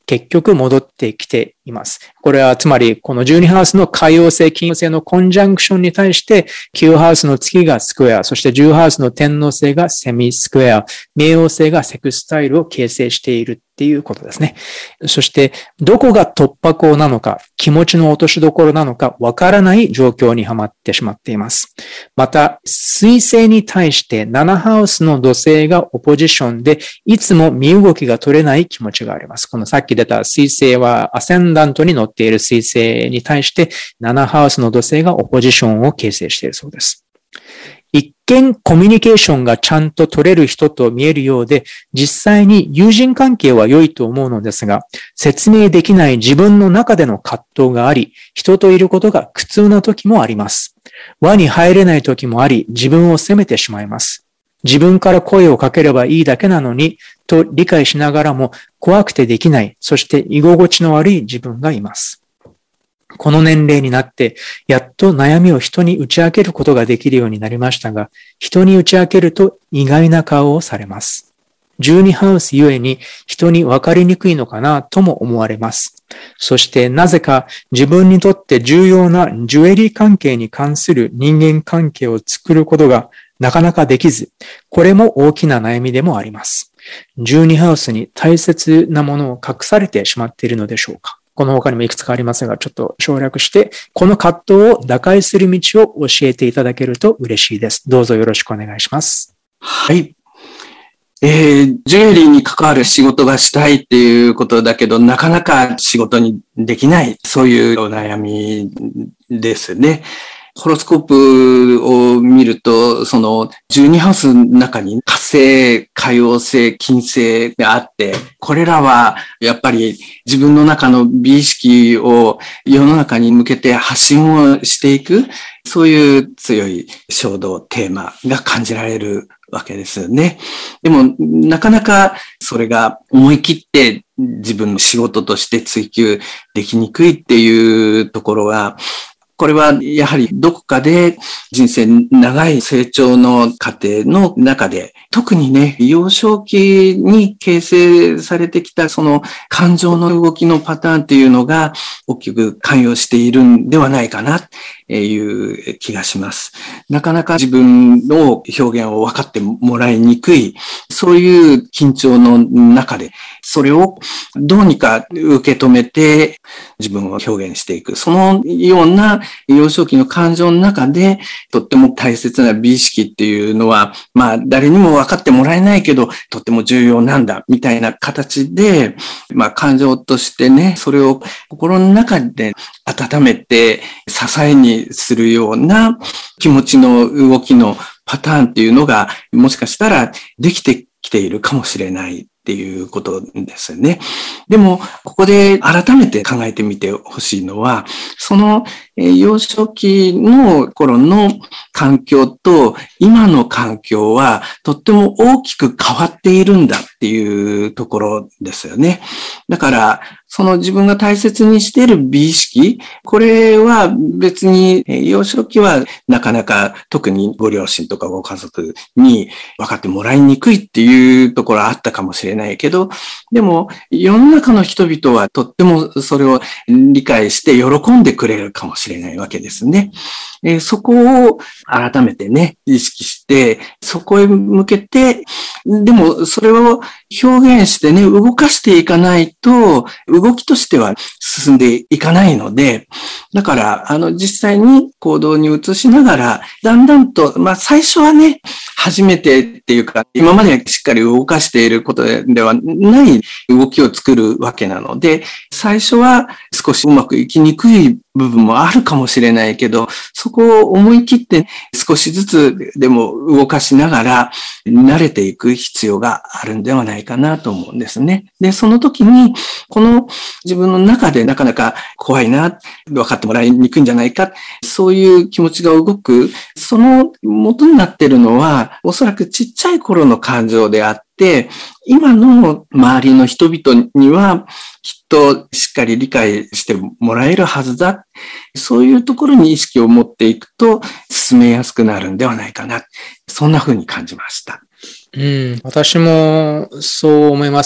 Speaker 1: 結局戻ってきています。これはつまりこのじゅうにハウスの海王星、金星のコンジャンクションに対してきゅうハウスの月がスクエア、そしてじゅうハウスの天王星がセミスクエア、冥王星がセクスタイルを形成しているっていうことですね。そしてどこが突破口なのか、気持ちの落としどころなのかわからない状況にはまってしまっています。また、水星に対してななハウスの土星がオポジションでいつも身動きが取れない気持ちがあります。このさっき出た水星はアセンダントに乗っている水星に対してななハウスの土星がオポジションを形成しているそうです。一見コミュニケーションがちゃんと取れる人と見えるようで、実際に友人関係は良いと思うのですが、説明できない自分の中での葛藤があり、人といることが苦痛な時もあります。輪に入れない時もあり、自分を責めてしまいます。自分から声をかければいいだけなのに、と理解しながらも怖くてできない、そして居心地の悪い自分がいます。この年齢になって、やっと悩みを人に打ち明けることができるようになりましたが、人に打ち明けると意外な顔をされます。じゅうにハウスゆえに人に分かりにくいのかなとも思われます。そしてなぜか自分にとって重要なジュエリー関係に関する人間関係を作ることがなかなかできず、これも大きな悩みでもあります。じゅうにハウスに大切なものを隠されてしまっているのでしょうか。この他にもいくつかありますが、ちょっと省略して、この葛藤を打開する道を教えていただけると嬉しいです。どうぞよろしくお願いします。
Speaker 2: はい。えー、ジュエリーに関わる仕事がしたいっていうことだけど、なかなか仕事にできない、そういうお悩みですね。ホロスコープを見ると、そのじゅうにハウスの中に火星、海王星、金星があって、これらはやっぱり自分の中の美意識を世の中に向けて発信をしていく、そういう強い衝動、テーマが感じられるわけですよね。でも、なかなかそれが思い切って自分の仕事として追求できにくいっていうところは、これはやはりどこかで人生長い成長の過程の中で、特にね、幼少期に形成されてきたその感情の動きのパターンっていうのが大きく関与しているんではないかなという気がします。なかなか自分の表現を分かってもらいにくい、そういう緊張の中で、それをどうにか受け止めて自分を表現していく。そのような幼少期の感情の中で、とっても大切な美意識っていうのは、まあ誰にも分かってもらえないけど、とっても重要なんだ、みたいな形で、まあ感情としてね、それを心の中で温めて支えにするような気持ちの動きのパターンっていうのが、もしかしたらできてきているかもしれないっていうことですよね。でも、ここで改めて考えてみてほしいのは、その幼少期の頃の環境と今の環境はとっても大きく変わっているんだっていうところですよね。だから、その自分が大切にしている美意識、これは別に幼少期はなかなか特にご両親とかご家族に分かってもらいにくいっていうところはあったかもしれないけど、でも世の中の人々はとってもそれを理解して喜んでくれるかもしれないわけですね。えー、そこを改めてね、意識して、そこへ向けて、でもそれを表現してね、動かしていかないと、動きとしては進んでいかないので、だから、あの、実際に行動に移しながら、だんだんと、まあ、最初はね、初めてっていうか、今までしっかり動かしていることではない動きを作るわけなので、最初は少しうまくいきにくい部分もあるかもしれないけど、そこを思い切って少しずつでも動かしながら慣れていく必要があるんではないかなと思うんですね。で、その時に、この自分の中でなかなか怖いな、分かってもらいにくいんじゃないか、そういう気持ちが動く、その元になっているのは、おそらくちっちゃい頃の感情であって、今の周りの人々にはきっとしっかり理解してもらえるはずだ。そういうところに意識を持っていくと進めやすくなるんではないかな。そんな風に感じました。
Speaker 1: うん、私もそう思います。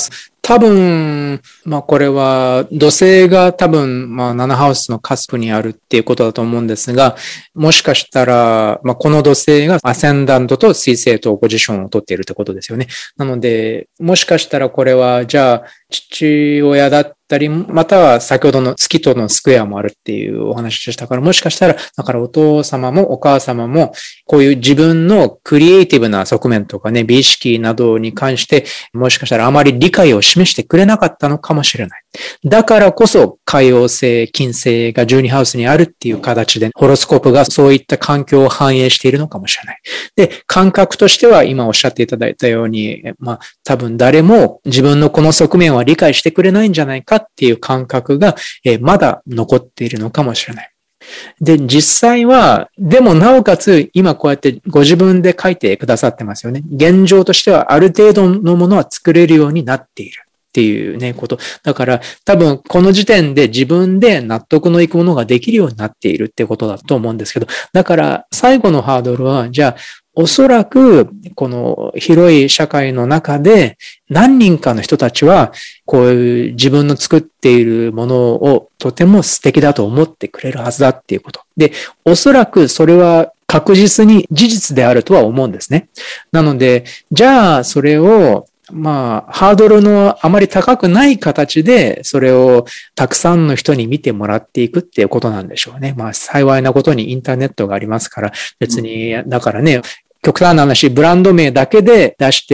Speaker 1: 多分、まあこれは土星が多分まあななハウスのカスプにあるっていうことだと思うんですが、もしかしたら、まあこの土星がアセンダントと水星とポジションを取っているってことですよね。なので、もしかしたらこれはじゃあ父親だったり、または先ほどの月とのスクエアもあるっていうお話でしたから、もしかしたら、だからお父様もお母様もこういう自分のクリエイティブな側面とかね、美意識などに関して、もしかしたらあまり理解を示してくれなかったのかもしれない。だからこそ海王星、金星がじゅうにハウスにあるっていう形で、ホロスコープがそういった環境を反映しているのかもしれない。で、感覚としては今おっしゃっていただいたように、まあ多分誰も自分のこの側面は理解してくれないんじゃないかっていう感覚が、えー、まだ残っているのかもしれない。で、実際は、でもなおかつ今こうやってご自分で書いてくださってますよね。現状としてはある程度のものは作れるようになっているっていうね、こと。だから多分この時点で自分で納得のいくものができるようになっているってことだと思うんですけど、だから最後のハードルは、じゃあおそらくこの広い社会の中で何人かの人たちはこういう自分の作っているものをとても素敵だと思ってくれるはずだっていうこと。で、おそらくそれは確実に事実であるとは思うんですね。なので、じゃあそれをまあ、ハードルのあまり高くない形で、それをたくさんの人に見てもらっていくっていうことなんでしょうね。まあ、幸いなことにインターネットがありますから、別に、だからね、極端な話、ブランド名だけで出して、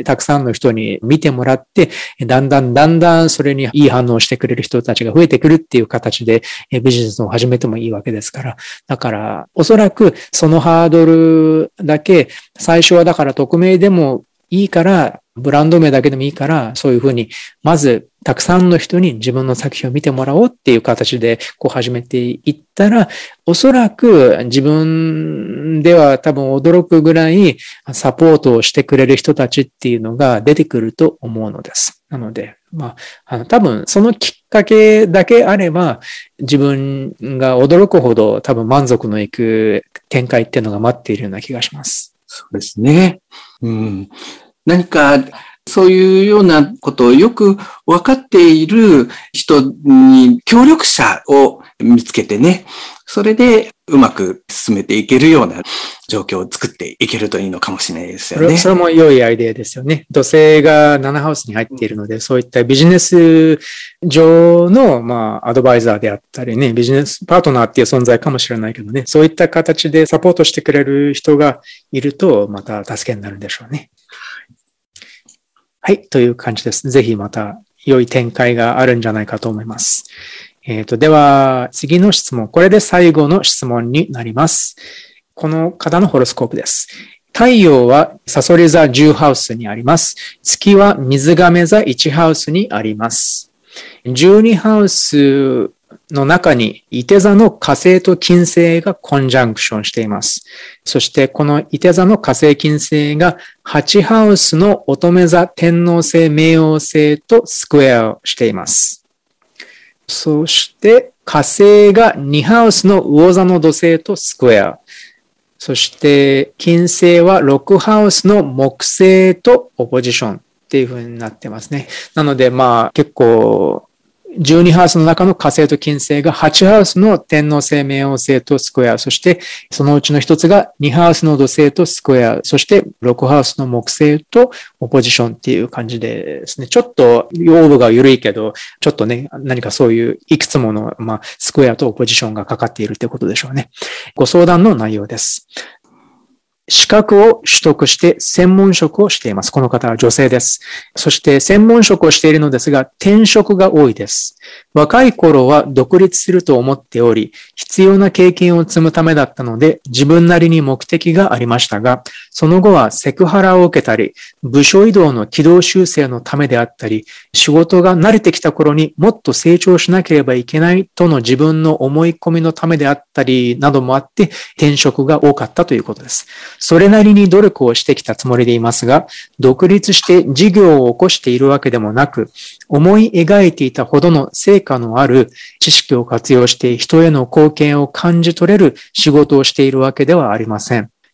Speaker 1: たくさんの人に見てもらって、だんだんだんだんそれにいい反応してくれる人たちが増えてくるっていう形でビジネスを始めてもいいわけですから。だから、おそらくそのハードルだけ、最初はだから匿名でもいいから、ブランド名だけでもいいから、そういうふうに、まず、たくさんの人に自分の作品を見てもらおうっていう形で、こう始めていったら、おそらく自分では多分驚くぐらいサポートをしてくれる人たちっていうのが出てくると思うのです。なので、まあ、あの多分そのきっかけだけあれば、自分が驚くほど多分満足のいく展開っていうのが待っているような気がします。
Speaker 2: そうですね。うん。何か、そういうようなことをよく分かっている人に協力者を見つけてね、それでうまく進めていけるような状況を作っていけるといいのかもしれないですよね。
Speaker 1: それも良いアイデアですよね。土星がななハウスに入っているので、そういったビジネス上の、まあ、アドバイザーであったりね、ビジネスパートナーっていう存在かもしれないけどね、そういった形でサポートしてくれる人がいると、また助けになるんでしょうね。はい、という感じです。ぜひまた良い展開があるんじゃないかと思います。えっと、では、次の質問。これで最後の質問になります。この方のホロスコープです。太陽はサソリ座じゅうハウスにあります。月は水亀座いちハウスにあります。じゅうにハウスの中に、いて座の火星と金星がコンジャンクションしています。そしてこのいて座の火星金星がはちハウスの乙女座天王星冥王星とスクエアをしています。そして火星がにハウスの魚座の土星とスクエア。そして金星はろくハウスの木星とオポジションっていう風になってますね。なのでまあ結構じゅうにハウスの中の火星と金星がはちハウスの天王星、冥王星とスクエア、そしてそのうちの一つがにハウスの土星とスクエア、そしてろくハウスの木星とオポジションっていう感じでですね、ちょっと用語が緩いけど、ちょっとね、何かそういういくつもの、まあ、スクエアとオポジションがかかっているということでしょうね。ご相談の内容です。資格を取得して専門職をしています。この方は女性です。そして専門職をしているのですが、転職が多いです。若い頃は独立すると思っており、必要な経験を積むためだったので、自分なりに目的がありましたが、その後はセクハラを受けたり、部署移動の軌道修正のためであったり、仕事が慣れてきた頃にもっと成長しなければいけないとの自分の思い込みのためであったりなどもあって、転職が多かったということです。それなりに努力をしてきたつもりでいますが、独立して事業を起こしているわけでもなく、思い描いていたほどの成果のある知識を活用して人への貢献を感じ取れる仕事をしているわけではありません。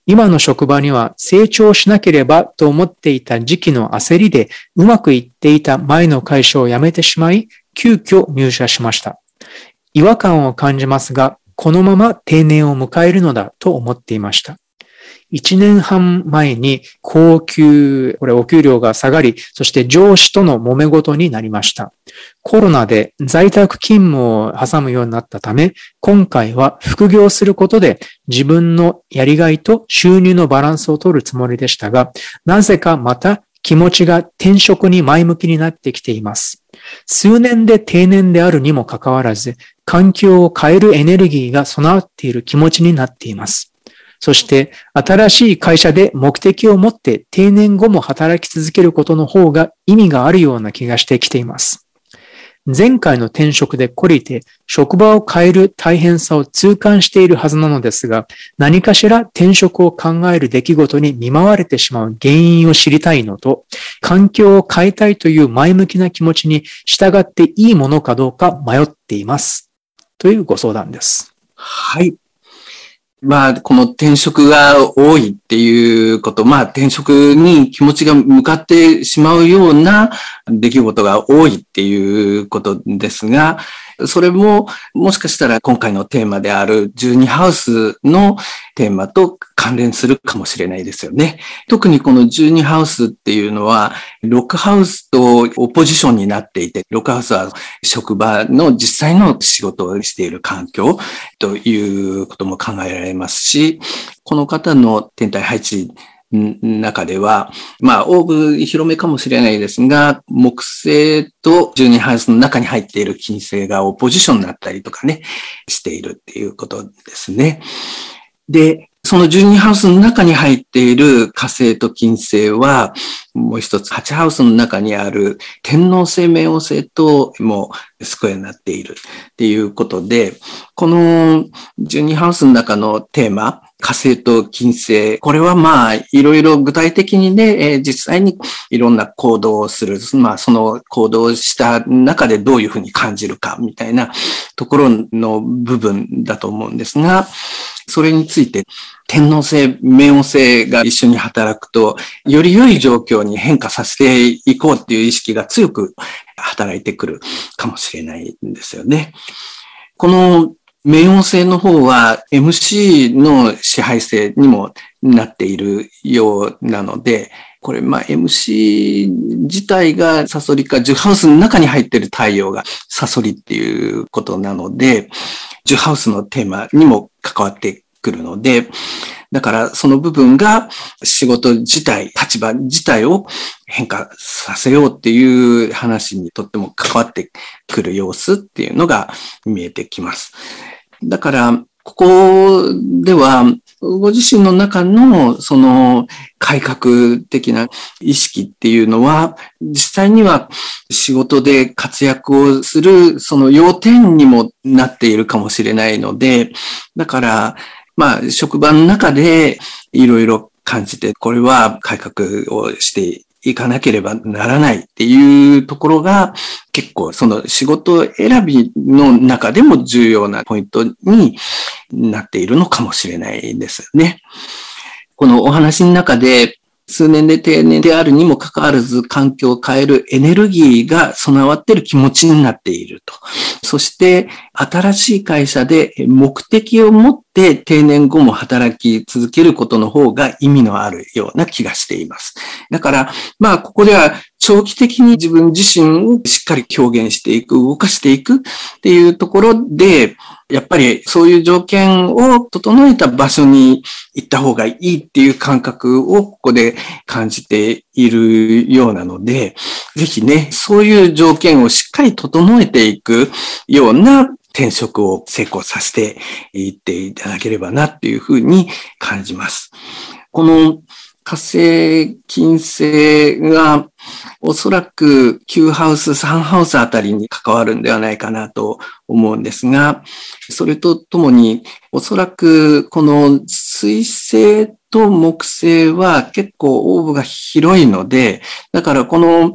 Speaker 1: 今の職場には成長しなければと思っていた時期の焦りでうまくいっていた前の会社を辞めてしまい、急遽入社しました。違和感を感じますが、このまま定年を迎えるのだと思っていました。一年半前に高給、これお給料が下がり、そして上司との揉め事になりました。コロナで在宅勤務を挟むようになったため、今回は副業することで自分のやりがいと収入のバランスを取るつもりでしたが、なぜかまた気持ちが転職に前向きになってきています。数年で定年であるにもかかわらず、環境を変えるエネルギーが備わっている気持ちになっています。そして、新しい会社で目的を持って定年後も働き続けることの方が意味があるような気がしてきています。前回の転職で懲りて職場を変える大変さを痛感しているはずなのですが、何かしら転職を考える出来事に見舞われてしまう原因を知りたいのと、環境を変えたいという前向きな気持ちに従っていいものかどうか迷っています。というご相談です。
Speaker 2: はい。まあ、この転職が多いっていうこと、まあ、転職に気持ちが向かってしまうような出来事が多いっていうことですが、それももしかしたら今回のテーマであるじゅうにハウスのテーマと関連するかもしれないですよね。特にこのじゅうにハウスっていうのは、ろくハウスとオポジションになっていて、ろくハウスは職場の実際の仕事をしている環境ということも考えられますし、この方の天体配置中では、まあ、オーブ広めかもしれないですが、木星とじゅうにハウスの中に入っている金星がオポジションになったりとかね、しているっていうことですね。で、そのじゅうにハウスの中に入っている火星と金星は、もう一つはちハウスの中にある天王星、冥王星ともスクエアになっているっていうことで、このじゅうにハウスの中のテーマ、火星と金星、これはまあ、いろいろ具体的にね、えー、実際にいろんな行動をする、まあ、その行動をした中でどういうふうに感じるかみたいなところの部分だと思うんですが、それについて天王星、冥王星が一緒に働くと、より良い状況に変化させていこうっていう意識が強く働いてくるかもしれないんですよね。この冥王星の方は エムシー の支配星にもなっているようなので、これまあ エムシー 自体がサソリかじゅうハウスの中に入っている太陽がサソリっていうことなので、じゅうハウスのテーマにも関わってくるので、だからその部分が仕事自体、立場自体を変化させようっていう話にとっても関わってくる様子っていうのが見えてきます。だから、ここでは、ご自身の中のその改革的な意識っていうのは、実際には仕事で活躍をするその要点にもなっているかもしれないので、だから、まあ、職場の中でいろいろ感じて、これは改革をしていかなければならないっていうところが結構その仕事選びの中でも重要なポイントになっているのかもしれないですね。このお話の中で数年で定年であるにもかかわらず環境を変えるエネルギーが備わっている気持ちになっていると。そして新しい会社で目的を持って定年後も働き続けることの方が意味のあるような気がしています。だから、まあここでは長期的に自分自身をしっかり表現していく、動かしていくっていうところで、やっぱりそういう条件を整えた場所に行った方がいいっていう感覚をここで感じているようなので、ぜひね、そういう条件をしっかり整えていくような転職を成功させていっていただければなっていうふうに感じます。この火星、金星がおそらくきゅうハウス、さんハウスあたりに関わるんではないかなと思うんですが、それとともにおそらくこの水星と木星は結構オーブが広いので、だからこの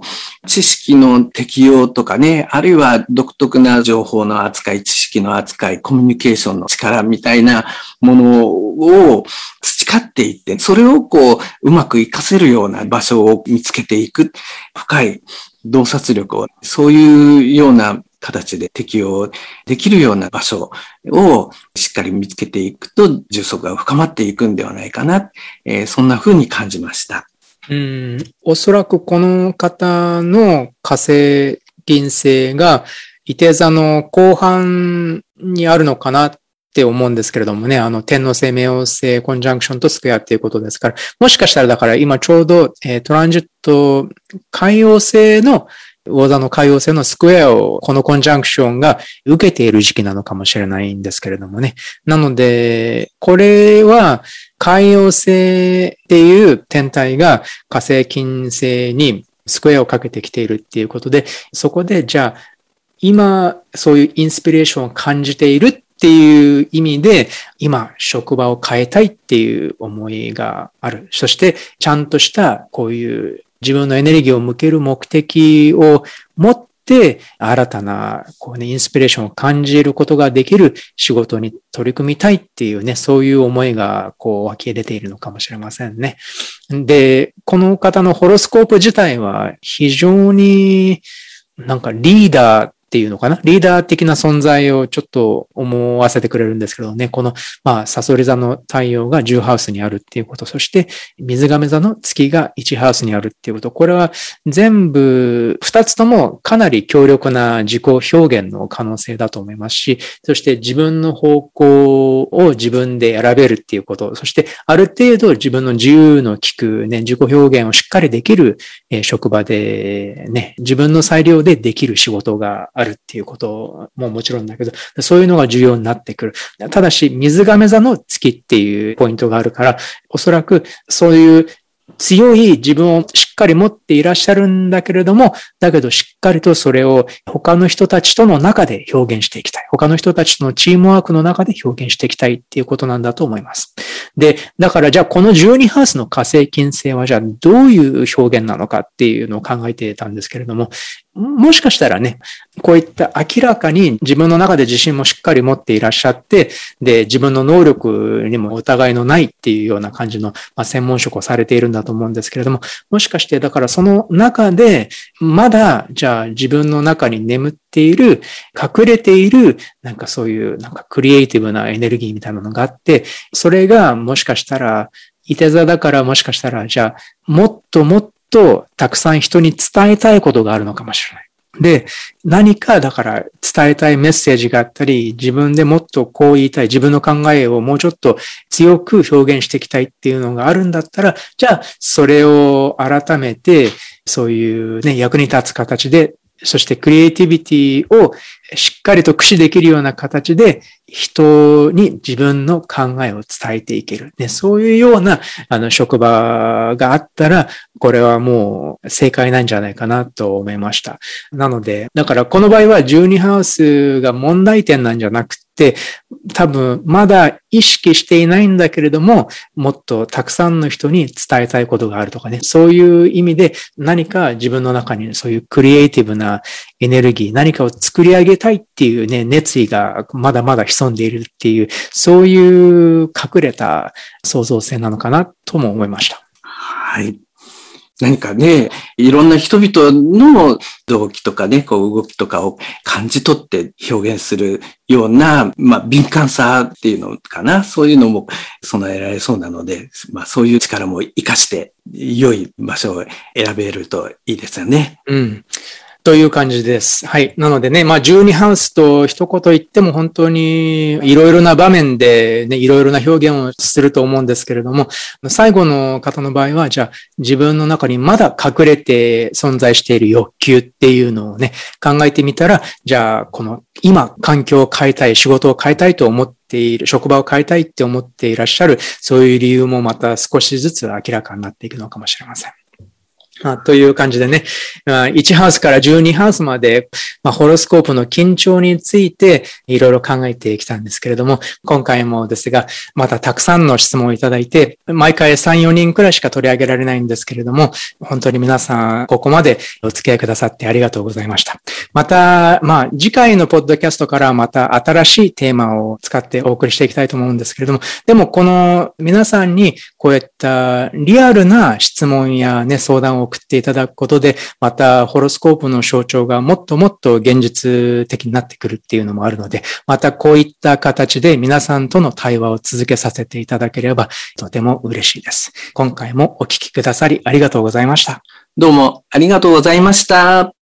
Speaker 2: 知識の適用とかね、あるいは独特な情報の扱い、知識の扱い、コミュニケーションの力みたいなものを培っていって、それをこう、うまく活かせるような場所を見つけていく。深い洞察力を、そういうような形で適用できるような場所をしっかり見つけていくと、充足が深まっていくんではないかな。えー、そんな風に感じました。
Speaker 1: うん、おそらくこの方の火星金星が、いて座の後半にあるのかなって思うんですけれどもね、あの、天王星、冥王星、コンジャンクションとスクエアっていうことですから、もしかしたらだから今ちょうど、えー、トランジット、海王星の魚座の海王星のスクエアをこのコンジャンクションが受けている時期なのかもしれないんですけれどもね。なので、これは海王星っていう天体が火星金星にスクエアをかけてきているっていうことで、そこでじゃあ今そういうインスピレーションを感じているっていう意味で、今職場を変えたいっていう思いがある。そしてちゃんとしたこういう自分のエネルギーを向ける目的を持って新たなこう、ね、インスピレーションを感じることができる仕事に取り組みたいっていうね、そういう思いがこう湧き出ているのかもしれませんね。で、この方のホロスコープ自体は非常になんかリーダーっていうのかな、リーダー的な存在をちょっと思わせてくれるんですけどね、この、まあ、サソリ座の太陽がじゅうハウスにあるっていうこと、そして水亀座の月がいちハウスにあるっていうこと、これは全部ふたつともかなり強力な自己表現の可能性だと思いますし、そして自分の方向を自分で選べるっていうこと、そしてある程度自分の自由の利くね、自己表現をしっかりできる職場でね、自分の裁量でできる仕事があるあるっていうことももちろんだけど、そういうのが重要になってくる。ただし、水亀座の月っていうポイントがあるから、おそらくそういう強い自分をしっかり持っていらっしゃるんだけれども、だけどしっかりとそれを他の人たちとの中で表現していきたい。他の人たちとのチームワークの中で表現していきたいっていうことなんだと思います。で、だからじゃあこのじゅうにハウスの火星金星はじゃあどういう表現なのかっていうのを考えてたんですけれども、もしかしたらね、こういった明らかに自分の中で自信もしっかり持っていらっしゃって、で、自分の能力にも疑いのないっていうような感じの、まあ、専門職をされているんだと思うんですけれども、もしかしてだからその中で、まだ、じゃあ自分の中に眠っている、隠れている、なんかそういう、なんかクリエイティブなエネルギーみたいなのがあって、それがもしかしたら、いて座だからもしかしたら、じゃあ、もっともっととたくさん人に伝えたいことがあるのかもしれない。で、何かだから伝えたいメッセージがあったり、自分でもっとこう言いたい、自分の考えをもうちょっと強く表現していきたいっていうのがあるんだったら、じゃあそれを改めてそういうね、役に立つ形で、そしてクリエイティビティをしっかりと駆使できるような形で人に自分の考えを伝えていける。ね、そういうようなあの職場があったら、これはもう正解なんじゃないかなと思いました。なので、だからこの場合はじゅうにハウスが問題点なんじゃなくて、多分まだ意識していないんだけれども、もっとたくさんの人に伝えたいことがあるとかね、そういう意味で何か自分の中にそういうクリエイティブなエネルギー、何かを作り上げたいっていうね、熱意がまだまだ潜んでいるっていう、そういう隠れた創造性なのかなとも思いました。
Speaker 2: はい。何かね、いろんな人々の動機とかね、こう動きとかを感じ取って表現するような、まあ敏感さっていうのかな、そういうのも備えられそうなので、まあそういう力も活かして良い場所を選べるといいですよね。
Speaker 1: うん。という感じです。はい。なのでね、まあじゅうにハウスと一言言っても本当にいろいろな場面でね、いろいろな表現をすると思うんですけれども、最後の方の場合は、じゃあ自分の中にまだ隠れて存在している欲求っていうのをね、考えてみたら、じゃあこの今環境を変えたい、仕事を変えたいと思っている、職場を変えたいって思っていらっしゃる、そういう理由もまた少しずつ明らかになっていくのかもしれません。 まあ、という感じでね、いちハウスからじゅうにハウスまで、まあ、ホロスコープの緊張についていろいろ考えてきたんですけれども、今回もですが、またたくさんの質問をいただいて、毎回さん、よにんくらいしか取り上げられないんですけれども、本当に皆さんここまでお付き合いくださってありがとうございました。また、まあ、次回のポッドキャストからまた新しいテーマを使ってお送りしていきたいと思うんですけれども、でもこの皆さんにこういったリアルな質問やね、相談を送っていただくことで、またホロスコープの象徴がもっともっと現実的になってくるっていうのもあるので、またこういった形で皆さんとの対話を続けさせていただければとても嬉しいです。今回もお聞きくださりありがとうございました。
Speaker 2: どうもありがとうございました。